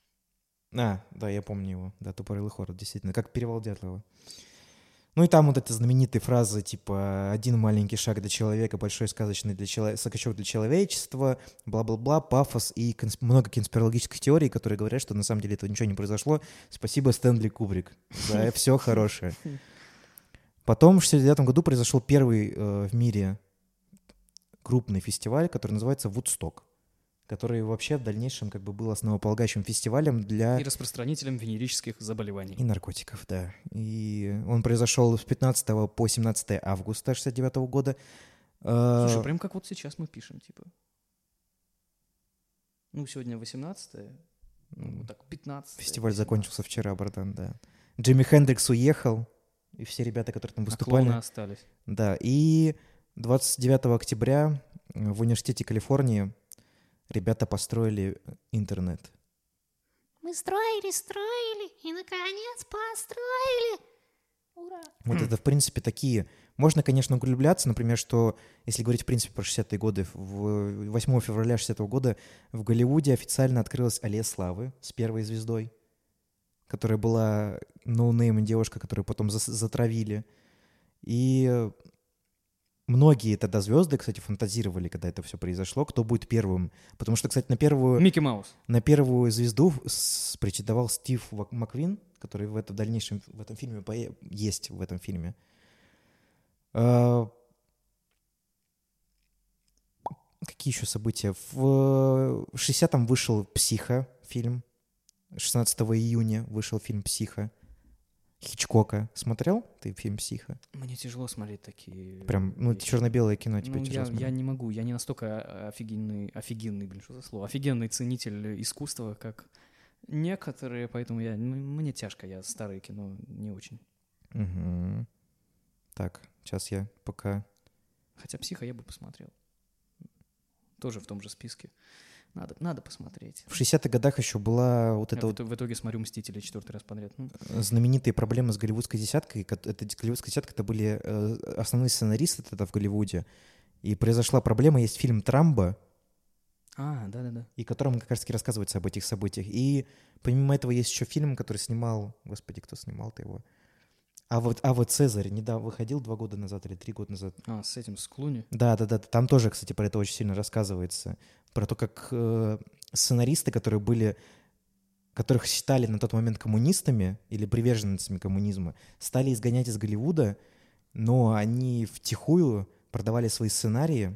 А, да, я помню его. Да, «Тупорылый хоррор», действительно, как «Перевал Дятлова». Ну и там вот эта знаменитая фраза, типа, «один маленький шаг для человека, большой сказочный для чело... скачок для человечества», бла-бла-бла, пафос и конс- много конспирологических теорий, которые говорят, что на самом деле этого ничего не произошло. Спасибо, Стэнли Кубрик, за все хорошее. Потом в шестьдесят девятом году произошел первый э, в мире крупный фестиваль, который называется «Вудсток», который вообще в дальнейшем как бы был основополагающим фестивалем для... И распространителем венерических заболеваний. И наркотиков, да. И он произошел с пятнадцатого по семнадцатое августа шестьдесят девятого года. Э, Слушай, прям как вот сейчас мы пишем, типа. Ну, сегодня восемнадцатое, ну, вот так, пятнадцатое. Фестиваль восемнадцатое. закончился вчера, братан, да. Джимми Хендрикс уехал, и все ребята, которые там А выступали. клоуны остались. Да, и двадцать девятого октября в университете Калифорнии ребята построили интернет. Мы строили, строили и, наконец, построили. Ура! Вот это, в принципе, такие... Можно, конечно, углубляться, например, что, если говорить, в принципе, про шестидесятые годы, в восьмого февраля шестидесятого года в Голливуде официально открылась Аллея Славы с первой звездой, которая была ноунейм девушка, которую потом зас- затравили. И многие тогда звезды, кстати, фантазировали, когда это все произошло, кто будет первым. Потому что, кстати, на первую, Микки Маус. на первую звезду с- претендовал Стив Вак- Макквин, который в, этом, в дальнейшем в этом фильме пое- есть в этом фильме. А, какие еще события? В шестидесятом вышел «Психо» фильм. шестнадцатого июня вышел фильм «Психо». Хичкока. Смотрел ты фильм «Психо»? Мне тяжело смотреть такие... Прям, ну, вещи. черно-белое кино тебе Ну, тяжело я, смотреть. я не могу, я не настолько офигенный, офигенный, блин, что за слово, офигенный ценитель искусства, как некоторые, поэтому я, ну, мне тяжко, я старое кино не очень. Мгм. Так, сейчас я пока... Хотя «Психо» я бы посмотрел. Тоже в том же списке. Надо, надо посмотреть. В шестидесятых годах еще была вот Я эта в, вот ит- в итоге смотрю «Мстители» четвертый раз подряд. Ну, знаменитые проблемы с голливудской десяткой. ко- Это голливудская десятка, это были э, основные сценаристы тогда в Голливуде. И произошла проблема, есть фильм «Трамбо», а, да-да-да. и в котором как раз-таки рассказывается об этих событиях. И помимо этого есть еще фильм, который снимал... Господи, кто снимал-то его? А вот Ава Цезарь недавно выходил два года назад или три года назад. А, с этим, с Клуни. Да, да, да. Там тоже, кстати, про это очень сильно рассказывается. Про то, как э, сценаристы, которые были, которых считали на тот момент коммунистами или приверженцами коммунизма, стали изгонять из Голливуда, но они втихую продавали свои сценарии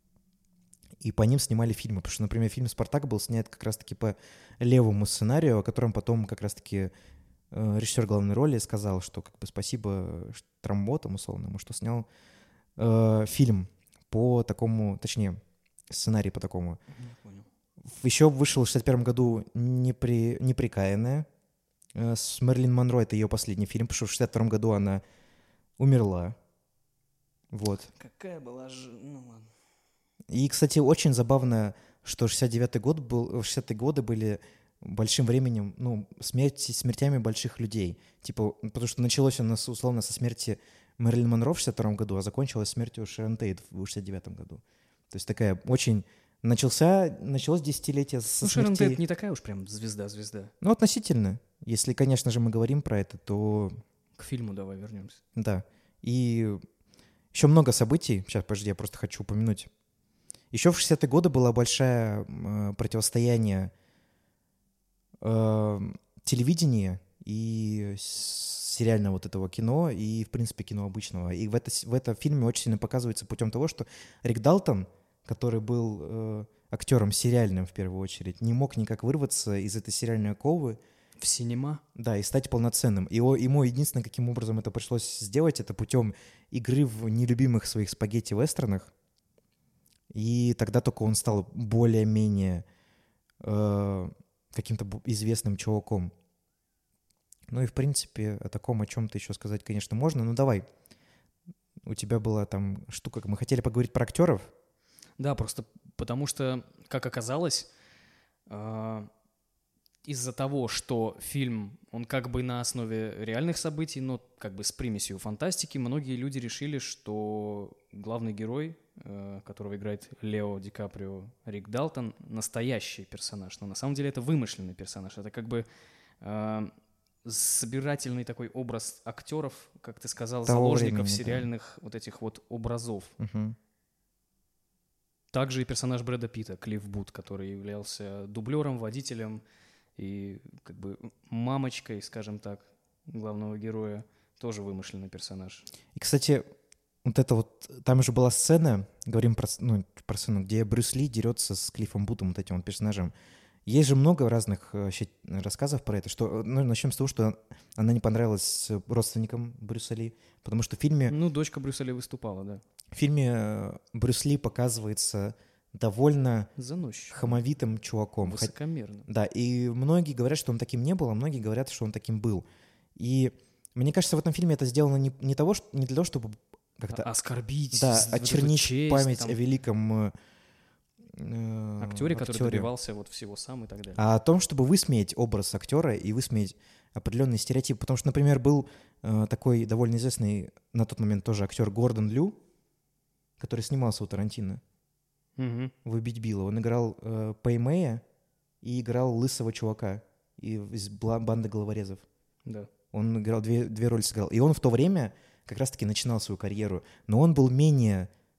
и по ним снимали фильмы. Потому что, например, фильм «Спартак» был снят как раз-таки по левому сценарию, о котором потом как раз-таки э, режиссер главной роли сказал, что как бы спасибо Трамбо, там, условному, что снял э, фильм по такому, точнее, сценарий по такому. Не понял. Еще вышел в шестьдесят первом году «Непри... «Неприкаянная» э, с Мэрилин Монро. Это ее последний фильм, потому что в шестьдесят втором году она умерла. Вот. Какая была же... Ну ладно. И, кстати, очень забавно, что шестьдесят девятый год был, шестидесятые годы были большим временем, ну, смерти, смертями больших людей. Типа, потому что началось у нас, условно, со смерти Мэрилин Монро в шестьдесят втором году, а закончилось смертью Шэрон Тейт в шестьдесят девятом году. То есть такая очень... Начался, началось десятилетие со Ну, Шэрон смертей. Тейт не такая уж прям звезда-звезда. Ну, относительно. Если, конечно же, мы говорим про это, то К фильму давай вернемся. да. И еще много событий. Сейчас, подожди, я просто хочу упомянуть. Еще в шестидесятые годы было большое э, противостояние э, телевидения и с- сериального вот этого кино, и, в принципе, кино обычного. И в, это, с- в этом фильме очень сильно показывается путем того, что Рик Далтон, который был э, актером сериальным в первую очередь, не мог никак вырваться из этой сериальной оковы, В синема? да, и стать полноценным. И о- ему единственное, каким образом это пришлось сделать, это путем игры в нелюбимых своих спагетти-вестернах. И тогда только он стал более-менее э, каким-то бу- известным чуваком. Ну и, в принципе, о таком, о чем-то еще сказать, конечно, можно. Ну давай, у тебя была там штука, мы хотели поговорить про актеров. Да, просто потому что, как оказалось, а, из-за того, что фильм, он как бы на основе реальных событий, но как бы с примесью фантастики, многие люди решили, что главный герой, э, которого играет Лео Ди Каприо, Рик Далтон, настоящий персонаж. Но на самом деле это вымышленный персонаж. Это как бы э, собирательный такой образ актеров, как ты сказал, Того заложников времени, да. сериальных вот этих вот образов. Мгм. Также и персонаж Брэда Питта, Клифф Бут, который являлся дублером, водителем и как бы мамочкой, скажем так, главного героя, тоже вымышленный персонаж. И, кстати, вот это вот, там же была сцена, говорим про, с- ну, про сцену, где Брюс Ли дерется с Клиффом Бутом, вот этим вот персонажем. Есть же много разных э, ща- рассказов про это, что, э, ну, начнем с того, что она не понравилась э, родственникам Брюса Ли, потому что в фильме, Ну, дочка Брюса Ли выступала, да. в фильме э, Брюс Ли показывается довольно Заносчив. хамовитым чуваком. Хот- Высокомерно. Да, и многие говорят, что он таким не был, а многие говорят, что он таким был. И мне кажется, в этом фильме это сделано не, не, того, что- не для того, чтобы как-то А- Оскорбить, да, с- вот эту очернить честь, память там, о великом э, э, актере, который актере, добивался вот всего сам и так далее. а о том, чтобы высмеять образ актера и высмеять определенные стереотипы. Потому что, например, был э, такой довольно известный на тот момент тоже актер Гордон Лю, который снимался у Тарантино Мгм. в «Убить Билла». Он играл э, Пэймэя и играл лысого чувака и- из бла- банды головорезов. Да. Он играл, две, две роли сыграл. И он в то время как раз-таки начинал свою карьеру. Но он был менее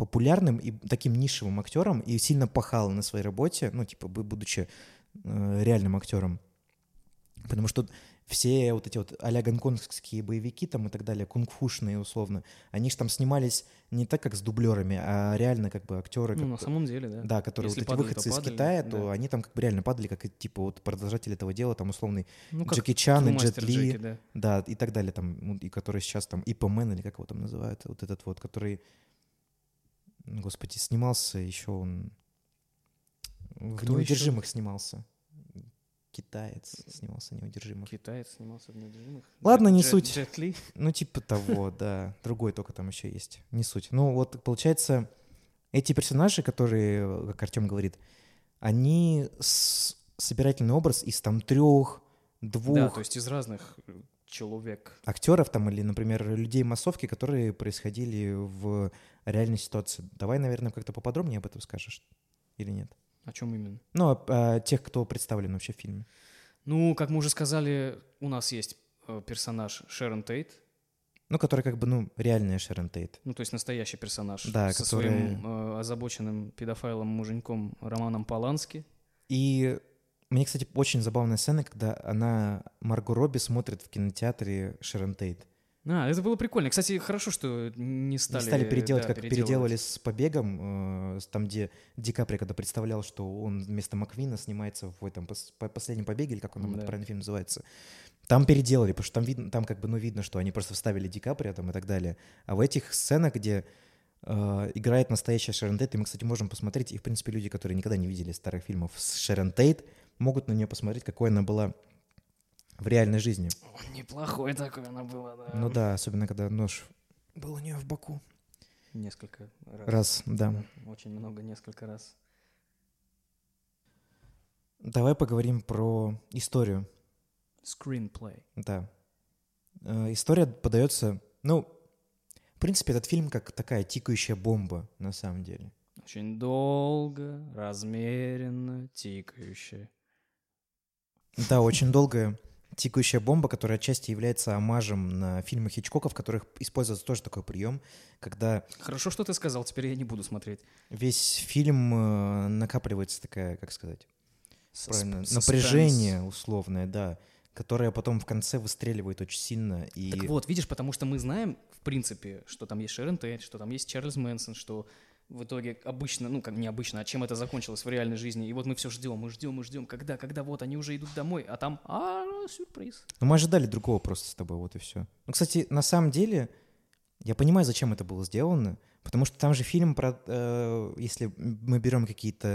популярным и таким нишевым актером и сильно пахал на своей работе, ну, типа, бу- будучи э, реальным актером. Потому что все вот эти вот а-ля гонконгские боевики там и так далее, кунг-фушные условно, они же там снимались не так, как с дублерами, а реально как бы актеры. Ну, как- на самом деле, да. Да, которые Если вот эти падали, выходцы то из падали, Китая, то да. они там как бы реально падали, как и, типа вот продолжатель этого дела, там условный Ну, как Джеки Чан и Джет Мастер Ли, Джеки, да. да, и так далее, там, ну, и который сейчас там Ипа Мэн, или как его там называют, вот этот вот, который, ну, господи, снимался еще он в Кто еще? «Неудержимых» снимался. Китаец снимался в «Неудержимых». Китаец снимался в «Неудержимых». Ладно, Джет- не Джет- суть. Джет Ли. Ну, типа того, да. Другой только там еще есть. Не суть. Ну, вот, получается, эти персонажи, которые, как Артем говорит, они с- собирательный образ из там трех, двух Да, то есть из разных э, человек. актеров там или, например, людей массовки, которые происходили в реальной ситуации. Давай, наверное, как-то поподробнее об этом скажешь или нет? О чем именно? Ну, а- а тех, кто представлен вообще в фильме. Ну, как мы уже сказали, у нас есть э, персонаж Шерон Тейт, Ну, который как бы, ну, реальная Шерон Тейт. ну, то есть настоящий персонаж Да, со который- своим э, озабоченным педофилом муженьком Романом Полански. И мне, кстати, очень забавная сцена, когда она, Марго Робби, смотрит в кинотеатре Шерон Тейт. А, это было прикольно. Кстати, хорошо, что не Не стали, стали переделать, да, как переделывать. переделали с «Побегом», э, с- там, где Ди Каприо, когда представлял, что он вместо Маквина снимается в этом пос- по- «Последнем побеге», или как он там, Да. этот правильный фильм называется. Там переделали, потому что там, видно, там как бы, ну, видно, что они просто вставили Ди Каприо там и так далее. А в этих сценах, где э, играет настоящая Шерон Тейт, и мы, кстати, можем посмотреть, и, в принципе, люди, которые никогда не видели старых фильмов с Шерон Тейт, могут на нее посмотреть, какой она была в реальной жизни. О, неплохой такой она была, да. Ну да, особенно когда нож был у нее в боку. Несколько раз. Раз, да. Очень много, несколько раз. Давай поговорим про историю. Screenplay. Да. Э, История подается, ну, в принципе, этот фильм как такая тикающая бомба, на самом деле. Очень долго, размеренно, тикающая. Да, очень долгая тикающая бомба, которая отчасти является омажем на фильмы Хичкока, в которых используется тоже такой прием, когда Хорошо, что ты сказал, теперь я не буду смотреть. весь фильм э, накапливается такая, как сказать, правильно, Сусп- напряжение условное, да, которое потом в конце выстреливает очень сильно. И... Так вот, видишь, потому что мы знаем, в принципе, что там есть Шерон Тейт, что там есть Чарльз Мэнсон, что в итоге обычно, ну, как не обычно, а чем это закончилось в реальной жизни. И вот мы все ждем, мы ждем, мы ждем, когда, когда, вот они уже идут домой, а там, а, сюрприз. Ну, мы ожидали другого просто с тобой, вот и все. Ну, кстати, на самом деле, я понимаю, зачем это было сделано, потому что там же фильм про, э, если мы берем какие-то,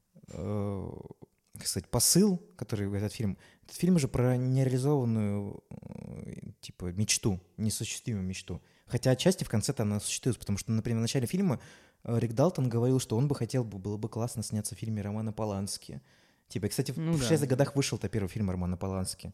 э, как сказать, посыл, который в этот фильм, этот фильм же про нереализованную, э, типа, мечту, несуществимую мечту. Хотя отчасти в конце-то она существует, потому что, например, в начале фильма э, Рик Далтон говорил, что он бы хотел, бы, было бы классно сняться в фильме Романа Полански. Типа, кстати, в- Ну в да. шестидесятых годах вышел-то первый фильм Романа Полански.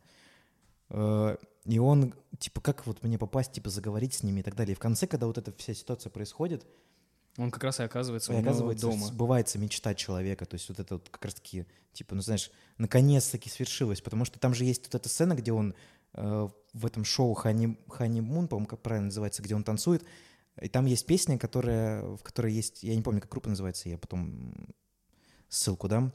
Э, И он, типа, как вот мне попасть, типа, заговорить с ними и так далее. И в конце, когда вот эта вся ситуация происходит, Он как раз и оказывается и у него оказывается, дома. сбывается мечта человека. То есть вот это вот как раз-таки, типа, ну знаешь, наконец-таки свершилось. Потому что там же есть вот эта сцена, где он э, в этом шоу Хани, Хани Мун, по-моему, как правильно называется, где он танцует. И там есть песня, которая, в которой есть, я не помню, как группа называется, я потом ссылку дам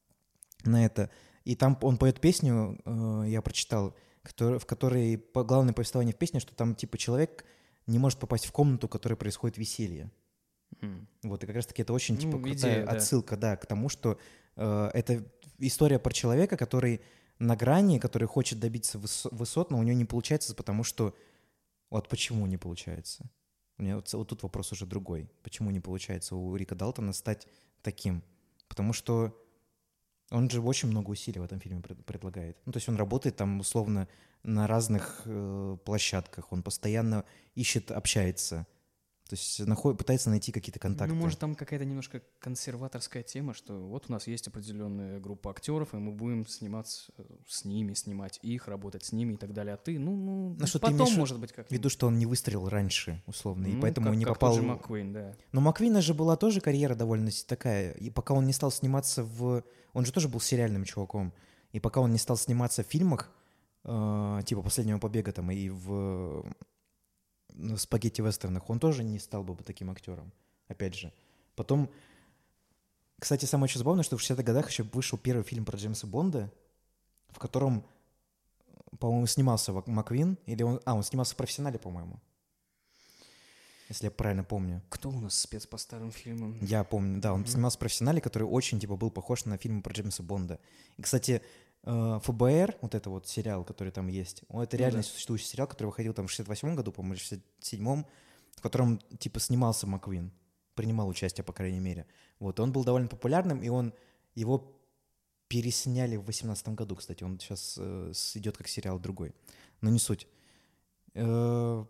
на это. И там он поет песню, э, я прочитал, который- в которой по- главное повествование в песне, что там типа человек не может попасть в комнату, в которой происходит веселье. М. Вот, и как раз-таки это очень, типа, Ну, крутая идея, да. отсылка, да, к тому, что э, это история про человека, который на грани, который хочет добиться выс- высот, но у него не получается, потому что... Вот почему не получается? У меня вот, вот тут вопрос уже другой. Почему не получается у Рика Далтона стать таким? Потому что он же очень много усилий в этом фильме пред- предлагает. Ну, то есть он работает там, условно, на разных э, площадках, он постоянно ищет, общается. То есть наход- пытается найти какие-то контакты. Ну, может, там какая-то немножко консерваторская тема, что вот у нас есть определенная группа актеров, и мы будем сниматься э, с ними, снимать их, работать с ними и так далее. А ты, ну, ну, Ну, что ты потом, имеешь в может быть, как В виду, что он не выстрелил раньше, условно, и Ну, поэтому как- не как попал... тот же Маккуин, да. Но у Маквина же была тоже карьера довольно с- такая, и пока он не стал сниматься в... Он же тоже был сериальным чуваком, и пока он не стал сниматься в фильмах, э, типа «Последнего побега» там и в, в спагетти-вестернах, он тоже не стал бы таким актером. опять же. Потом, кстати, самое еще забавное, что в шестидесятых годах еще вышел первый фильм про Джеймса Бонда, в котором, по-моему, снимался Вак- Маквин, или он... А, он снимался в «Профессионале», по-моему, если я правильно помню. Кто у нас спец по старым фильмам? Я помню, да, он Мгм. снимался в «Профессионале», который очень, типа, был похож на фильмы про Джеймса Бонда. И, кстати, э, ФБР, вот это вот сериал, который там есть, он, это Ну реально да. существующий сериал, который выходил там в шестьдесят восьмом году, по-моему, или в шестьдесят седьмом, в котором, типа, снимался Маквин, принимал участие, по крайней мере. Вот, он был довольно популярным, и он, его пересняли в восемнадцатом году, кстати, он сейчас э, с- идет как сериал другой, но не суть. Э,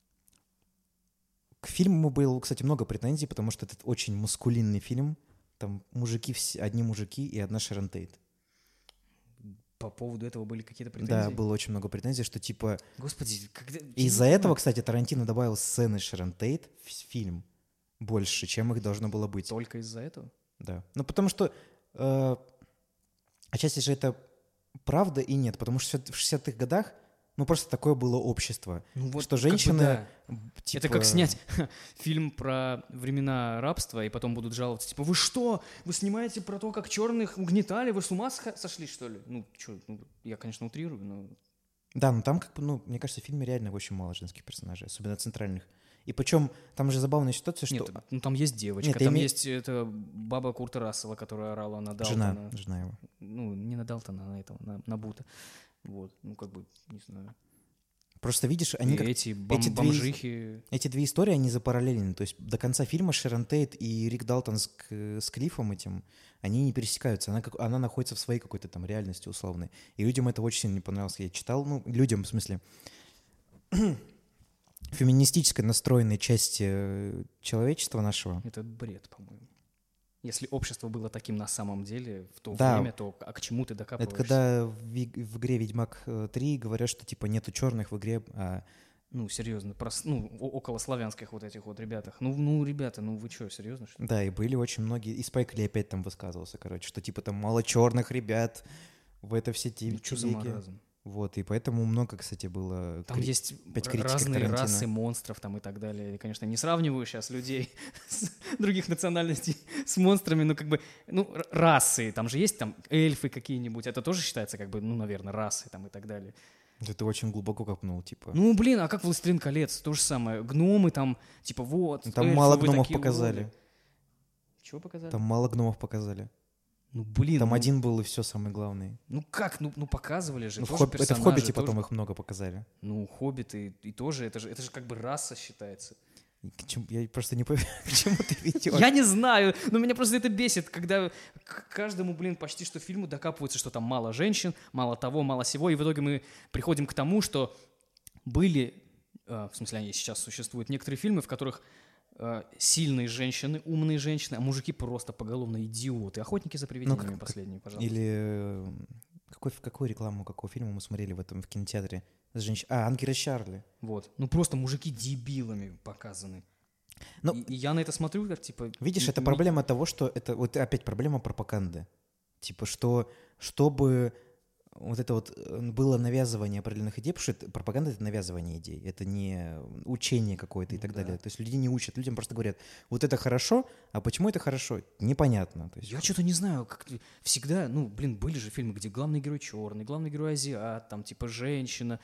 К фильму было, кстати, много претензий, потому что это очень маскулинный фильм. Там мужики, все, одни мужики и одна Шерон Тейт. По поводу этого были какие-то Да, претензии? было очень много претензий, что типа... Господи, когда... я И не из-за этого, понимаю. кстати, Тарантино добавил сцены Шерон Тейт в фильм больше, чем их должно было быть. Только из-за этого? Да. Ну, потому что... э, отчасти же это правда и нет, потому что в шестидесятых годах, ну, просто такое было общество. Ну вот, Что как бы женщины, да. типа... Это как снять фильм про времена рабства, и потом будут жаловаться, типа, вы что, вы снимаете про то, как черных угнетали, вы с ума сха- сошли, что ли? Ну, что, ну, я, конечно, утрирую, но... Да, ну там, как бы, ну, мне кажется, в фильме реально очень мало женских персонажей, особенно центральных. И причем там же забавная ситуация, что... Нет, ну там есть девочка, Нет, я там име- есть эта баба Курта Рассела, которая орала на Жена, Далтона. жена его. Ну, не на Далтона, а на этого, на, на Бута. Вот, ну, как бы, не знаю. Просто видишь, они И как... эти, бом- эти две- бомжихи... Эти две истории, они запараллелены. То есть до конца фильма Шерон Тейт и Рик Далтон с, к- с Клиффом этим, они не пересекаются. Она, как, она находится в своей какой-то там реальности условной. И людям это очень сильно не понравилось. Я читал, ну, людям, в смысле, феминистической настроенной части э, человечества нашего. Это бред, по-моему. Если общество было таким на самом деле в то Да. время, то а к чему ты докапываешься? Это когда в, ви- в игре Ведьмак э, три говорят, что типа нету черных в игре, а Ну, серьезно, прос... ну, о- около славянских вот этих вот ребятах. Ну, ну, ребята, ну вы что, серьезно, что ли? да, и были очень многие. И Спайк Ли опять там высказывался, короче, что типа там мало черных ребят в это все те- Ну, что за телеги. маразм? Вот, и поэтому много, кстати, было... Там кри- есть опять р- критика разные Тарантино. расы монстров там и так далее. И, конечно, не сравниваю сейчас людей с других национальностей с монстрами, но как бы, ну, р- расы. Там же есть там эльфы какие-нибудь. Это тоже считается как бы, ну, наверное, расы там и так далее. Да ты очень глубоко копнул, типа. Ну, блин, а как «Властелин колец»? То же самое. Гномы там, типа, вот. Ну, там эльфы, мало вы гномов такие показали. уроды. Чего показали? Там мало гномов показали. Ну, блин. Там ну, один был, и все, самый главный. Ну как? Ну, ну показывали же. Ну, в тоже Хоб- Это в персонажи, «Хоббите» тоже- потом их много показали. Ну, хоббиты и тоже, это же, это же как бы раса считается. И к чему- Я просто не понимаю, к чему ты ведешь. Я не знаю, но меня просто это бесит, когда к каждому, блин, почти что фильму докапываются, что там мало женщин, мало того, мало сего, и в итоге мы приходим к тому, что были, э, в смысле, они сейчас существуют, некоторые фильмы, в которых э, сильные женщины, умные женщины, а мужики просто поголовно идиоты. «Охотники за привидениями» как- последние, пожалуйста. Или э, какой, какую рекламу, какого фильма мы смотрели в этом в кинотеатре? С женщ- А, «Ангел и Чарли». Вот. Ну просто мужики дебилами показаны. Ну, и, и я на это смотрю, как типа... Видишь, м- это ми- проблема того, что это вот опять проблема пропаганды. Типа, что чтобы вот это вот э, было навязывание определенных идей, потому что это- пропаганда — это навязывание идей, это не учение какое-то и Ну так да. далее. То есть людей не учат, людям просто говорят, вот это хорошо, а почему это хорошо, непонятно. То есть, Я что-то не знаю, как всегда, ну, блин, были же фильмы, где главный герой черный, главный герой азиат, там, типа, женщина,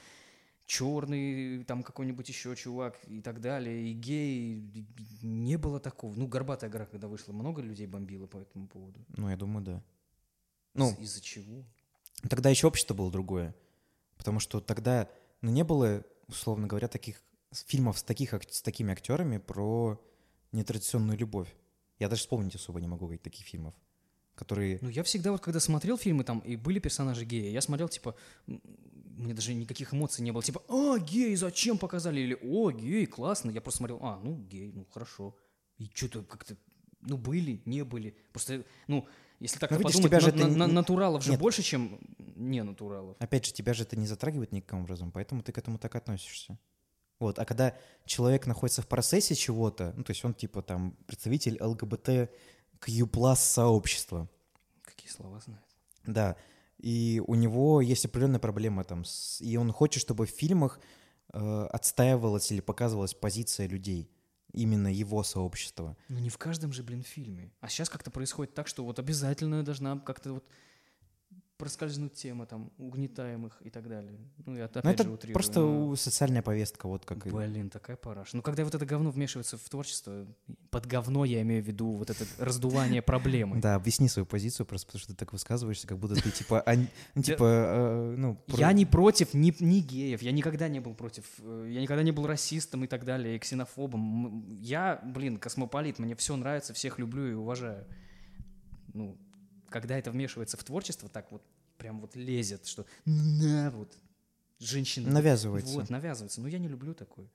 черный, там, какой-нибудь еще чувак и так далее, и гей. И не было такого. Ну, «Горбатая гора», когда вышла, много людей бомбило по этому поводу. ну, я думаю, да. Ну, Из- Из-за чего? тогда еще общество было другое, потому что тогда, ну, не было, условно говоря, таких фильмов с, таких, ак- с такими актерами про нетрадиционную любовь. Я даже вспомнить особо не могу таких фильмов, которые... Ну, я всегда вот, когда смотрел фильмы, там, и были персонажи геи, я смотрел, типа, м, мне даже никаких эмоций не было. Типа, а, гей, зачем показали? Или, о, гей, классно. Я просто смотрел, а, ну, гей, ну, хорошо. И что-то как-то, ну, были, не были. Просто, ну, если так Ну, видишь, подумать, тебя же на- это на- на- не- натуралов же Нет. больше, чем не натуралов. Опять же, тебя же это не затрагивает никаким образом, поэтому ты к этому так относишься. Вот, а когда человек находится в процессе чего-то, ну, то есть он типа там представитель ЛГБТКью плюс сообщества, Какие слова знает. да, и у него есть определенная проблема там, с- и он хочет, чтобы в фильмах э, отстаивалась или показывалась позиция людей, именно его сообщества. Ну не в каждом же, блин, фильме. А сейчас как-то происходит так, что вот обязательно должна как-то вот проскользнуть тема там угнетаемых и так далее. Ну, я опять Ну, это же утрирую. просто но- социальная повестка, вот как и... Блин, такая параша. Ну, когда вот это говно вмешивается в творчество, под говно я имею в виду вот это раздувание проблемы. Да, объясни свою позицию, просто потому что ты так высказываешься, как будто ты типа, ан- ну, типа, э, ну... про- Я не против ни, ни геев, я никогда не был против, э, я никогда не был расистом и так далее, и ксенофобом. М, Я, блин, космополит, мне все нравится, всех люблю и уважаю. Ну, когда это вмешивается в творчество, так вот прям вот лезет, что на вот женщина... Навязывается. Вот, навязывается. Но я не люблю такое.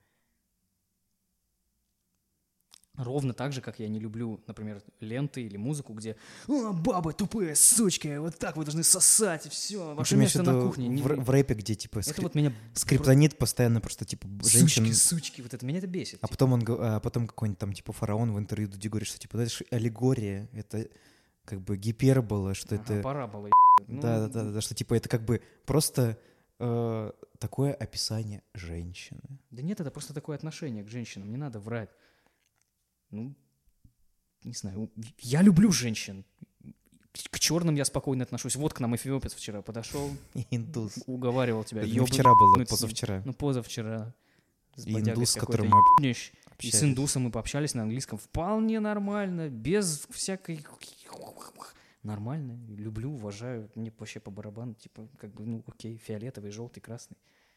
Ровно так же, как я не люблю, например, ленты или музыку, где «О, бабы тупые, сучки, вот так вы должны сосать, и все, Ну, ваше ты имеешь в место на виду кухне». Не- в, р- в рэпе, где типа Это скрип- вот меня... скриптонит постоянно просто типа женщин... Сучки, сучки, вот это, меня это бесит. А потом он, г- а потом какой-нибудь там типа фараон в интервью Дуди говорит, что типа «Ну, это же аллегория, это как бы гипербола, что Ага, это... парабола, е***. Ну, Да, да, да, да, что типа это как бы просто э, такое описание женщины. Да нет, это просто такое отношение к женщинам, не надо врать. Ну, не знаю, я люблю женщин. К черным я спокойно отношусь. Вот к нам эфиопец вчера подошел, Индус. уговаривал тебя. Это не ёбнуть вчера было, с ним. позавчера. Ну, позавчера. С И бодягой индус, с с какой-то которым мы ебнешь. И с общались. индусом мы пообщались на английском вполне нормально, без всякой... Нормально, люблю, уважаю, мне вообще по барабану, типа, как бы, ну, окей, фиолетовый, желтый, красный.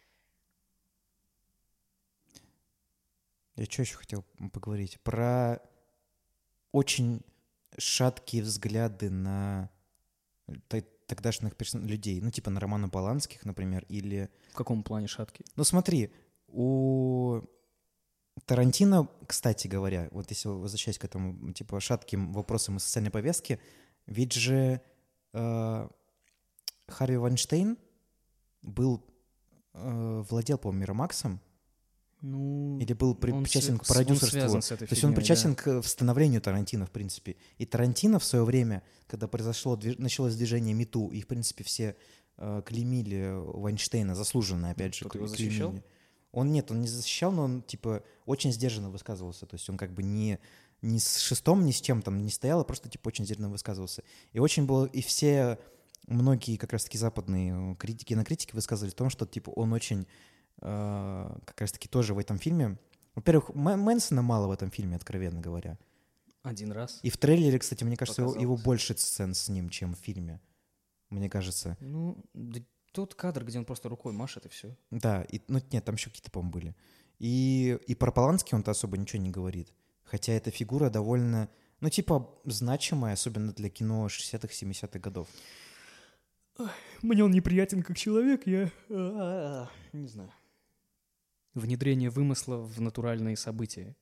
Я что еще хотел поговорить? Про очень шаткие взгляды на т- тогдашних персон- людей. Ну, типа на Романа Поланских, например, или... В каком плане шаткий? Ну, смотри, у Тарантино, кстати говоря, вот если возвращаясь к этому, типа, шатким вопросам из социальной повестки, ведь же э, Харви Вайнштейн был, э, владел, по-моему, Мирамаксом, Ну, или был при- он причастен свя- к он продюсерству. связан с этой То есть он фигнёй, причастен да. к становлению Тарантино, в принципе. И Тарантино в свое время, когда произошло, движ- началось движение МИТУ, и, в принципе, все э, клеймили Вайнштейна, заслуженно, опять же, Кто-то кл- его защищал? клеймили. Он нет, он не защищал, но он, типа, очень сдержанно высказывался. То есть он как бы не, не с шестом, ни с чем там не стоял, а просто, типа, очень сдержанно высказывался. И очень было... И все, многие как раз-таки западные критики, кинокритики высказывали в том, что, типа, он очень э, как раз-таки тоже в этом фильме... Во-первых, Мэ- Мэнсона мало в этом фильме, откровенно говоря. Один раз. И в трейлере, кстати, мне кажется, его, его Показалось. больше сцен с ним, чем в фильме. Мне кажется. Ну, да тот кадр, где он просто рукой машет, и все. Да, и, ну нет, там еще какие-то, по-моему, были. И, и про Полански он-то особо ничего не говорит. Хотя эта фигура довольно, ну, типа, значимая, особенно для кино шестидесятых, семидесятых годов. Мне он неприятен как человек, я... Не знаю. Внедрение вымысла в натуральные события.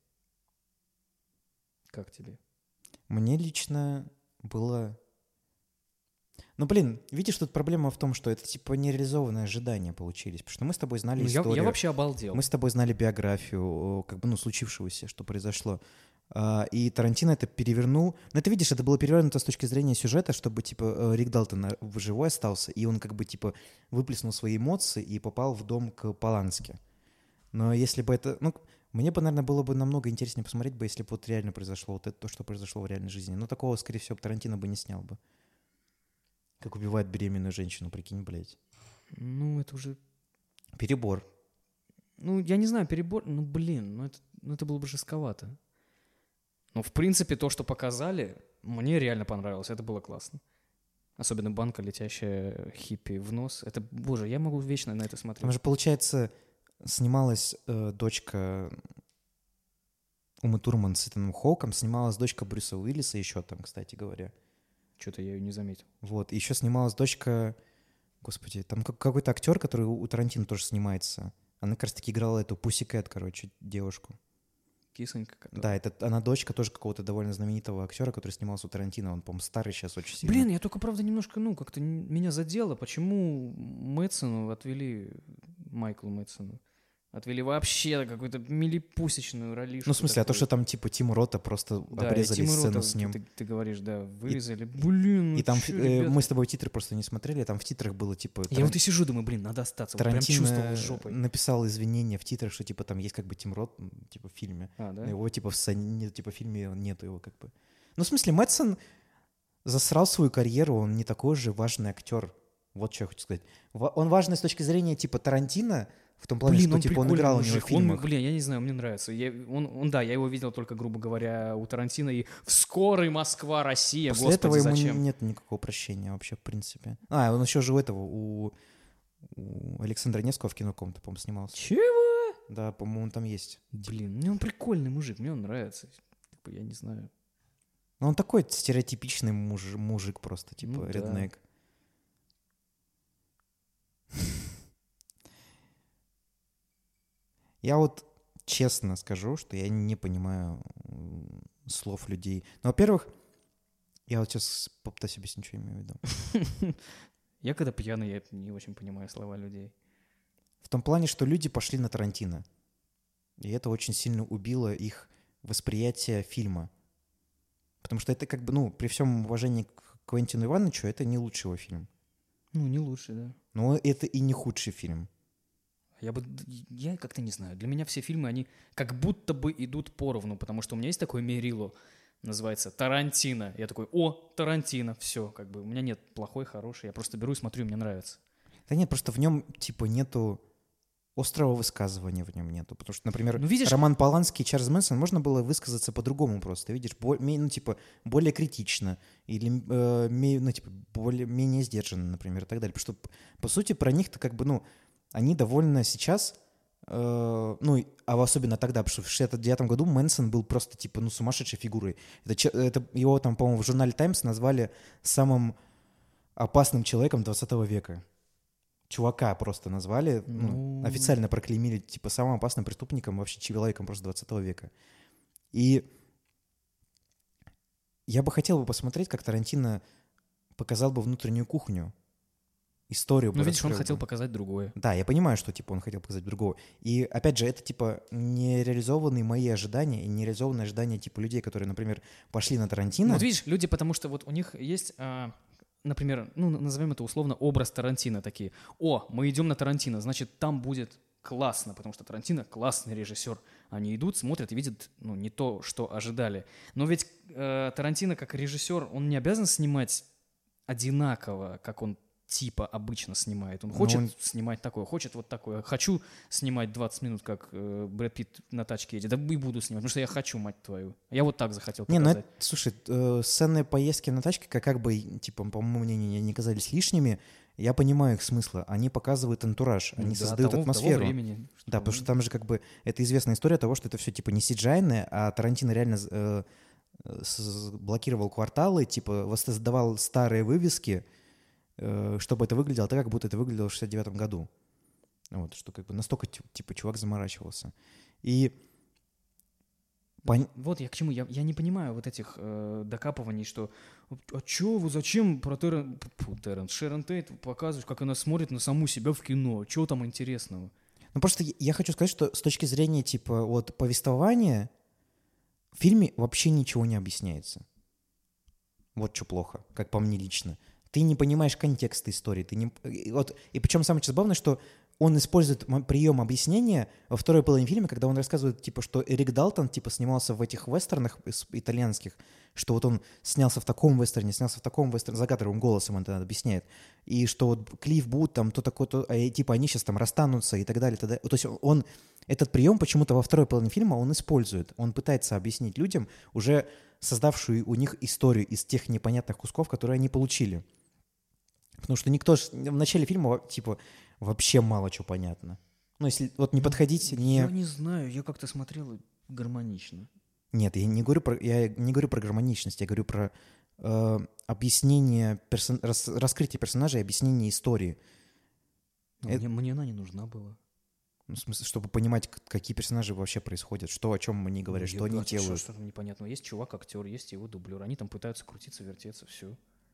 Как тебе? Мне лично было... Ну, блин, видишь, тут проблема в том, что это, типа, нереализованные ожидания получились. Потому что мы с тобой знали Ну, я, историю. я вообще обалдел. Мы с тобой знали биографию, о, как бы, ну, случившегося, что произошло. А, И Тарантино это перевернул. Но это, видишь, это было перевернуто с точки зрения сюжета, чтобы, типа, э, Рик Далтон э, в- живой остался, и он, как бы, типа, выплеснул свои эмоции и попал в дом к Полански. Но если бы это... Ну, мне бы, наверное, было бы намного интереснее посмотреть бы, если бы вот реально произошло вот это, то, что произошло в реальной жизни. Но такого, скорее всего, Тарантино бы не снял бы. Как убивает беременную женщину, прикинь, блядь. Ну, это уже... Перебор. Ну, я не знаю, перебор... Ну, блин, ну это, ну, это было бы жестковато. Ну, в принципе, то, что показали, мне реально понравилось. Это было классно. Особенно банка, летящая хиппи в нос. Это, боже, я могу вечно на это смотреть. Там же, получается, снималась э, дочка Умы Турман с Итаном Хоуком, снималась дочка Брюса Уиллиса еще там, кстати говоря. Что-то я ее не заметил. Вот, и еще снималась дочка... Господи, там как- какой-то актер, который у у Тарантино тоже снимается. Она как раз-таки играла эту Пусикэт, короче, девушку. Кисонька. которая- Да, это она дочка тоже какого-то довольно знаменитого актера, который снимался у Тарантино. Он, по-моему, старый сейчас очень сильно. Блин, я только, правда, немножко, ну, как-то н- меня задело. Почему Мэтсону отвели, Майклу Мэтсону, Отвели вообще какую-то милипусечную ролишку. Ну, в смысле, а то, такую. что там, типа, Тима Рота просто Да, и обрезали Тима сцену Рота, с ним. Ты, ты говоришь, да, вырезали. Блин, ну И там чё, э, ребята? мы с тобой титры просто не смотрели, там в титрах было, типа... Я вот и сижу, думаю, блин, надо остаться. Вот прям чувствовал Тарантино жопой. написал извинения в титрах, что, типа, там есть, как бы, Тим Рот, м, типа, в фильме. А, да? Но его, типа, в сцене, нет, типа, в фильме нету его, как бы. Ну, в смысле, Мэтсон засрал свою карьеру, он не такой же важный актер. Вот что я хочу сказать. Ва- Он важный с точки зрения, типа, Тарантино, в том плане, Блин, что, он типа, он прикольный играл у мужик. него в Он, фильмах. блин, я не знаю, мне нравится. Я, он, он, да, я его видел только, грубо говоря, у Тарантино и в «Скорой Москва, Россия». После Господи, этого ему зачем? нет никакого прощения вообще, в принципе. А, он еще же у этого, у, у Александра Невского в кино каком-то, по-моему, снимался. Чего? Да, по-моему, он там есть. Блин, мне он прикольный мужик, мне он нравится. Типа, я не знаю. Ну, он такой стереотипичный муж, мужик просто, типа, Ну да. реднек. Я вот честно скажу, что я не понимаю м, слов людей. Ну, во-первых, я вот сейчас попытаюсь объяснить, что я имею в виду. Я когда пьяный, я не очень понимаю слова людей. В том плане, что люди пошли на Тарантино. И это очень сильно убило их восприятие фильма. Потому что это как бы, ну, при всем уважении к Квентину Ивановичу, это не лучший его фильм. Ну, не лучше, да. Но это и не худший фильм. Я бы, я как-то не знаю. Для меня все фильмы, они как будто бы идут поровну, потому что у меня есть такое мерило, называется Тарантино. Я такой, о, Тарантино, все, как бы у меня нет плохой, хороший, я просто беру и смотрю, и мне нравится. Да нет, просто в нем, типа, нету острого высказывания в нем нету. Потому что, например, Ну, видишь- Роман Поланский и Чарльз Мэнсон можно было высказаться по-другому просто. Видишь, бо- ме- ну, типа, более критично. Или, э, ме- ну, типа, более, менее сдержанно, например, и так далее. Потому что, по сути, про них-то как бы, ну, они довольно сейчас, э, ну, и- а особенно тогда, потому что в шестьдесят девятом году Мэнсон был просто, типа, ну, сумасшедшей фигурой. Это, че- это его там, по-моему, в журнале «Таймс» назвали самым опасным человеком двадцатого века. Чувака просто назвали, ну, Ну. официально проклеймили, типа, самым опасным преступником, вообще человеком просто двадцатого века. И я бы хотел бы посмотреть, как Тарантино показал бы внутреннюю кухню, историю бы Ну, видишь, он раскрыл хотел бы. показать другое. Да, я понимаю, что, типа, он хотел показать другого. И, опять же, это, типа, нереализованные мои ожидания и нереализованные ожидания, типа, людей, которые, например, пошли на Тарантино. Ну, вот видишь, люди, потому что вот у них есть, а, например, ну, назовем это условно образ Тарантино такие. О, мы идем на Тарантино, значит, там будет классно, потому что Тарантино классный режиссер. Они идут, смотрят и видят, ну, не то, что ожидали. Но ведь э, Тарантино как режиссер, он не обязан снимать одинаково, как он типа обычно снимает. Он Но хочет он- снимать такое, хочет вот такое. Хочу снимать двадцать минут, как э, Брэд Питт на тачке едет. Да и буду снимать, потому что я хочу, мать твою. Я вот так захотел Не, показать. ну, это, слушай, э, сценные поездки на тачке, как, как бы, типа, по моему мнению, не- не казались лишними, я понимаю их смысла. Они показывают антураж, они Ну да, создают того- того атмосферу. времени, что- Да, потому что там же как бы это известная история того, что это все типа не си джи ай-ное, а Тарантино реально э, э, с- блокировал кварталы, типа воссоздавал старые вывески, э, чтобы это выглядело так, как будто это выглядело в шестьдесят девятом году. Вот, что как бы настолько ти- типа чувак заморачивался. И пон- Вот я к чему. Я, я не понимаю вот этих э, докапываний, что а чё вы, зачем про Террен, фу, Террен, Шерон Тейт показываешь, как она смотрит на саму себя в кино? Чего там интересного? Ну, просто я- я хочу сказать, что с точки зрения, типа, вот повествования в фильме вообще ничего не объясняется. Вот что плохо, как по мне лично. Ты не понимаешь контекста истории. Ты не... и вот, и причем самое забавное, что он использует м- прием объяснения во второй половине фильма, когда он рассказывает, типа, что Эрик Далтон, типа, снимался в этих вестернах ис- итальянских, что вот он снялся в таком вестерне, снялся в таком вестерне, загадываым голосом он это объясняет, и что вот Клифф Бут, там, то такое, то, а, и, типа, они сейчас там расстанутся и так далее, и так далее. То есть он, этот прием почему-то во второй половине фильма он использует. Он пытается объяснить людям уже создавшую у них историю из тех непонятных кусков, которые они получили. Потому что никто ж... В начале фильма, типа, вообще мало чего понятно. Ну, если вот не подходить, не... Я не знаю, я как-то смотрел и гармонично. Нет, я не говорю про, я не говорю про гармоничность, я говорю про э, объяснение, персон... рас... раскрытие персонажей, объяснение истории. Но Это- мне, мне она не нужна была. Ну, в смысле, чтобы понимать, к- какие персонажи вообще происходят, что, о чем они говорят, Ну, что они ебать, делают. Что, что там непонятного? Есть чувак-актер, есть его дублер. Они там пытаются крутиться, вертеться, все.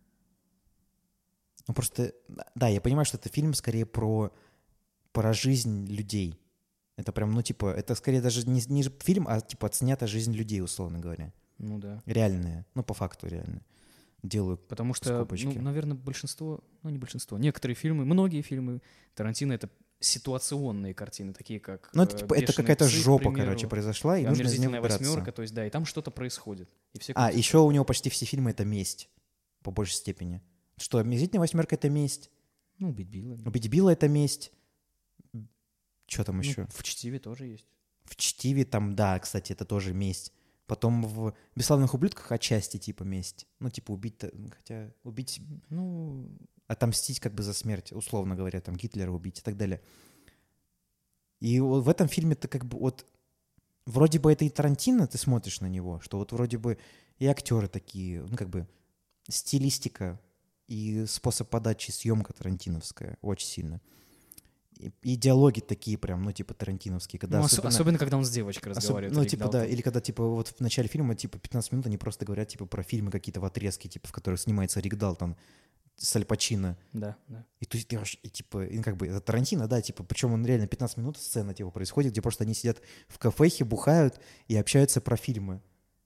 Ну, просто, да, я понимаю, что это фильм скорее про, про жизнь людей. Это прям, ну, типа, это скорее даже не, не фильм, а, типа, отснята жизнь людей, условно говоря. Ну да. Реальная. Ну, по факту реально. Делаю Потому что, скобочки. ну, наверное, большинство, ну не большинство, некоторые фильмы, многие фильмы Тарантино — это ситуационные картины, такие как Ну, это, э, типа, это «Бешеные какая-то псы», к жопа, примеру, короче, произошла, и и нужно из нее «Омерзительная выбираться. восьмерка», то есть, да, и там что-то происходит. И все А, крутятся. еще у него почти все фильмы — это месть, по большей степени. Что, «Омерзительная восьмерка» — это месть, Ну, «Убить Билла». «Убить Билла» — это месть. Что там Ну, еще? в «Чтиве» тоже есть. В «Чтиве» там, да, кстати, это тоже месть. Потом в «Бесславных ублюдках» отчасти типа месть. Ну, типа убить, хотя убить, Ну, отомстить как бы за смерть, условно говоря, там Гитлера убить и так далее. И вот в этом фильме ты как бы вот вроде бы это и Тарантино, ты смотришь на него, что вот вроде бы и актеры такие, ну как бы стилистика и способ подачи, съемка тарантиновская очень сильно. И, и диалоги такие прям, ну типа тарантиновские, когда ну, ос- особенно... особенно, когда он с девочкой Особ- разговаривает. Ну, Рик типа, да, Далтон. или когда, типа, вот в начале фильма, типа, пятнадцать минут они просто говорят, типа, про фильмы какие-то в отрезке, типа, в которых снимается Рик Далтон с Аль Пачино. Да, да. И то есть, ты аж- и, типа, и, как бы, это Тарантино, да, типа, причем он реально пятнадцать минут сцена, типа, происходит, где просто они сидят в кафехе, бухают и общаются про фильмы.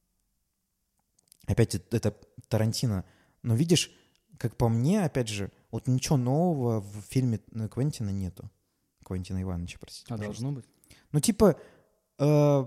Опять это, это Тарантино. Но видишь, как по мне, опять же, вот ничего нового в фильме э, Квентина нету. Квентина Ивановича, простите. А пожалуйста. должно быть? Ну, типа, э,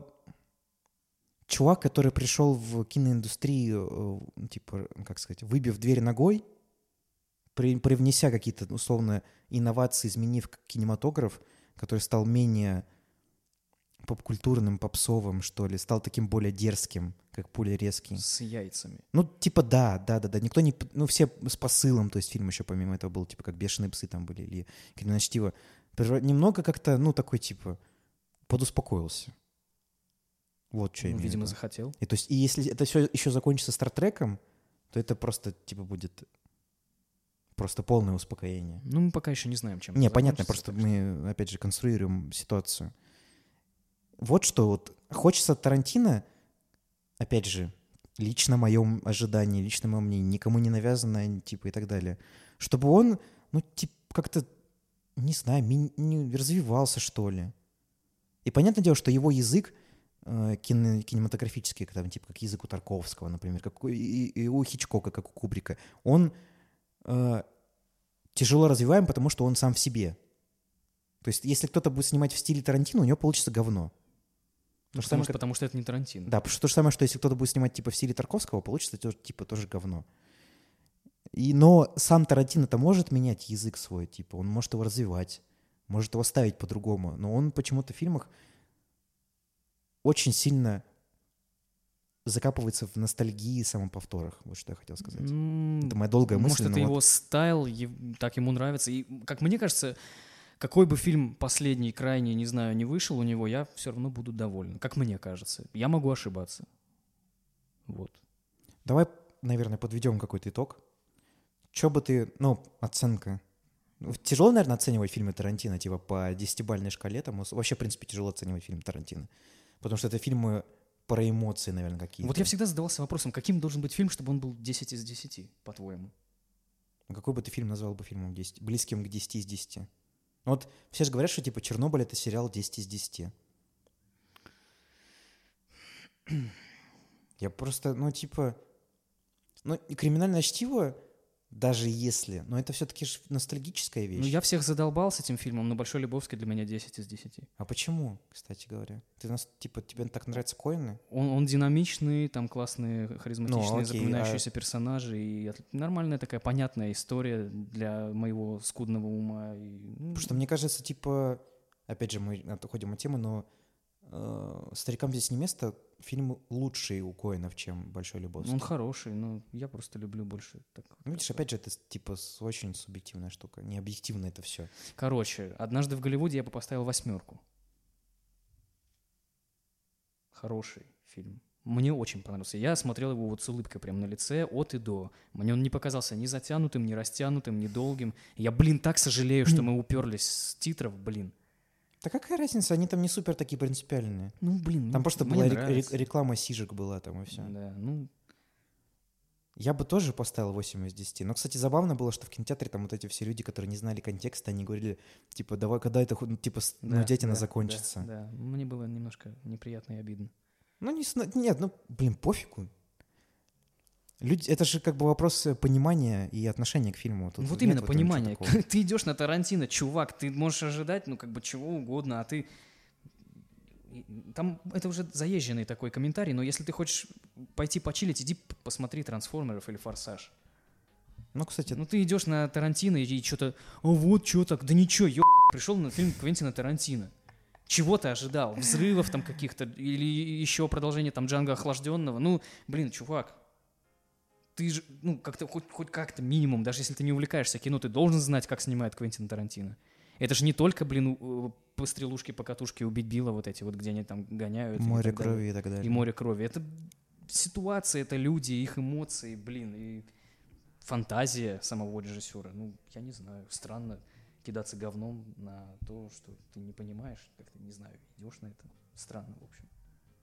чувак, который пришел в киноиндустрию, э, типа, как сказать, выбив дверь ногой, при, привнеся какие-то, условно, инновации, изменив кинематограф, который стал менее попкультурным, попсовым, что ли, стал таким более дерзким, как пуля резкий. С яйцами. Ну, типа, да, да, да, да. Никто не... Ну, все с посылом, то есть фильм еще помимо этого был, типа, как «Бешеные псы» там были, или «Криминальное чтиво». Немного как-то, ну, такой, типа, подуспокоился. Вот что я Ну, имею в видимо, виду. захотел. И то есть, и если это все еще закончится «Стартреком», то это просто, типа, будет просто полное успокоение. Ну, мы пока еще не знаем, чем Не, это понятно, закончится, просто так что- мы, опять же, конструируем ситуацию. Вот что вот хочется от Тарантино, опять же, лично моем ожидании, лично моем мнении, никому не навязанное, типа, и так далее, чтобы он, ну, типа, как-то, не знаю, ми- не развивался, что ли. И понятное дело, что его язык э, кино- кинематографический, там, типа, как язык у Тарковского, например, как у, и, и у Хичкока, как у Кубрика, он э, тяжело развиваем, потому что он сам в себе. То есть, если кто-то будет снимать в стиле Тарантино, у него получится говно. То же Потому, самое, что, как- потому что это не Тарантино. Да, потому что то же самое, что если кто-то будет снимать типа в стиле Тарковского, получится тоже, типа тоже говно. И, но сам Тарантино-то может менять язык свой, типа, он может его развивать, может его ставить по-другому, но он почему-то в фильмах очень сильно закапывается в ностальгии и самоповторах. Вот что я хотел сказать. М, Это моя долгая Может, мысль, это но его вот- стайл, ев- так ему нравится. И, как мне кажется, какой бы фильм последний, крайний, не знаю, не вышел у него, я все равно буду доволен. Как мне кажется. Я могу ошибаться. Вот. Давай, наверное, подведем какой-то итог. Че бы ты, ну, оценка. Ну, тяжело, наверное, оценивать фильмы Тарантино, типа, по десятибалльной шкале. Там, вообще, в принципе, тяжело оценивать фильм Тарантино. Потому что это фильмы про эмоции, наверное, какие-то. Вот я всегда задавался вопросом, каким должен быть фильм, чтобы он был десять из десяти, по-твоему? Какой бы ты фильм назвал бы фильмом десять, близким к десяти из десяти? Ну, вот все же говорят, что, типа, «Чернобыль» — это сериал десять из десяти. Я просто, ну, типа... Ну, и «Криминальное чтиво», даже если... Но это все-таки же ностальгическая вещь. Ну, я всех задолбал с этим фильмом, но «Большой Лебовский» для меня десять из десяти. А почему, кстати говоря? Ты нас, типа, тебе так нравятся Коэны? Он, он динамичный, там классные, харизматичные, Ну, окей, запоминающиеся персонажи, и от- нормальная такая понятная история для моего скудного ума. И, ну, Потому что мне кажется, типа... Опять же, мы отходим от темы, но э, «Старикам здесь не место» фильм лучший у Коэнов, чем «Большой Лебовский». он хороший, но я просто люблю больше. Так, Ну, видишь, опять же, это типа с- очень субъективная штука, не объективно это все. Короче, «Однажды в Голливуде» я бы поставил восьмерку. Хороший фильм. Мне очень понравился. Я смотрел его вот с улыбкой прям на лице от и до. Мне он не показался ни затянутым, ни растянутым, ни долгим. Я, блин, так сожалею, что мы уперлись с титров, блин. Да какая разница, они там не супер такие принципиальные. Ну, блин. Там ну, просто мне была рек- нравится. рек- реклама сижек была там и все. Да, ну, Я бы тоже поставил восемь из десяти. Но, кстати, забавно было, что в кинотеатре там вот эти все люди, которые не знали контекста, они говорили, типа, давай, когда это, ну, типа, с- Да, нудятина да, закончится. Да, да. Мне было немножко неприятно и обидно. Ну, не, сна- нет, ну, блин, пофигу. Люди, это же как бы вопрос э, понимания и отношения к фильму. Тут Вот нет именно в этом ничего понимание. такого. Ты идешь на Тарантино, чувак, ты можешь ожидать, ну, как бы чего угодно, а ты... и- Там это уже заезженный такой комментарий, но если ты хочешь пойти почилить, иди п- посмотри «Трансформеров» или «Форсаж». Ну, кстати, Ну, ты идешь на Тарантино и, и что-то, а вот, что так, да ничего, ё... Пришел на фильм Квентина Тарантино. Чего ты ожидал? Взрывов там каких-то или еще продолжение там Джанго охлажденного? Ну, блин, чувак, ты же, ну, как-то, хоть, хоть как-то минимум, даже если ты не увлекаешься кино, ты должен знать, как снимает Квентин Тарантино. Это же не только, блин, у- у- по стрелушке, по катушке убить Билла вот эти вот, где они там гоняют. и море так далее. крови и так далее. И море крови. Это ситуация, это люди, их эмоции, блин, и фантазия самого режиссера. Ну, я не знаю, странно кидаться говном на то, что ты не понимаешь, как ты, не знаю, идешь на это. Странно, в общем.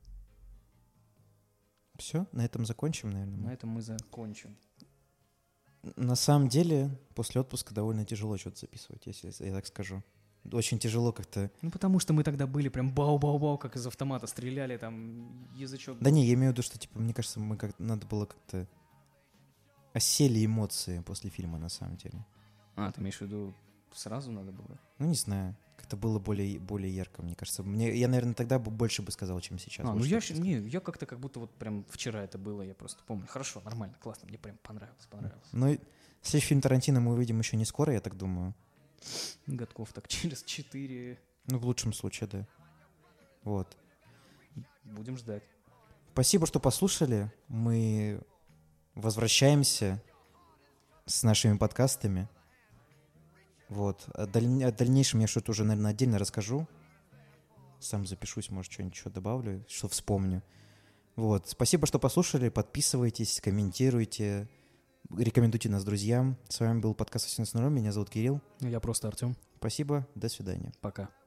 Все, на этом закончим, наверное. На этом мы закончим. На самом деле, после отпуска довольно тяжело что-то записывать, если я так скажу. Очень тяжело как-то... Ну, потому что мы тогда были прям бау-бау-бау, как из автомата стреляли, там язычок. Да не, я имею в виду, что, типа, мне кажется, мы как надо было как-то... Осели эмоции после фильма, на самом деле. А, ты имеешь в виду, сразу надо было? Ну, не знаю. Как-то было более, более ярко, мне кажется. Мне, я, наверное, тогда бы больше бы сказал, чем сейчас. А, Вот ну что я, я щ- хочу не, я как-то как будто вот прям вчера это было, я просто помню. Хорошо, нормально, классно, мне прям понравилось, понравилось. сказать. Ну, и следующий фильм Тарантино мы увидим еще не скоро, я так думаю. Годков так через четыре Ну, в лучшем случае, да. Вот. будем ждать. Спасибо, что послушали. Мы возвращаемся с нашими подкастами. Вот. О, даль- о дальнейшем я что-то уже, наверное, отдельно расскажу. Сам запишусь, может, что-нибудь еще добавлю, что вспомню. Вот. Спасибо, что послушали. Подписывайтесь, комментируйте, рекомендуйте нас друзьям. С вами был подкаст «восемнадцать ноль ноль». Меня зовут Кирилл. Я просто Артем. Спасибо. До свидания. Пока.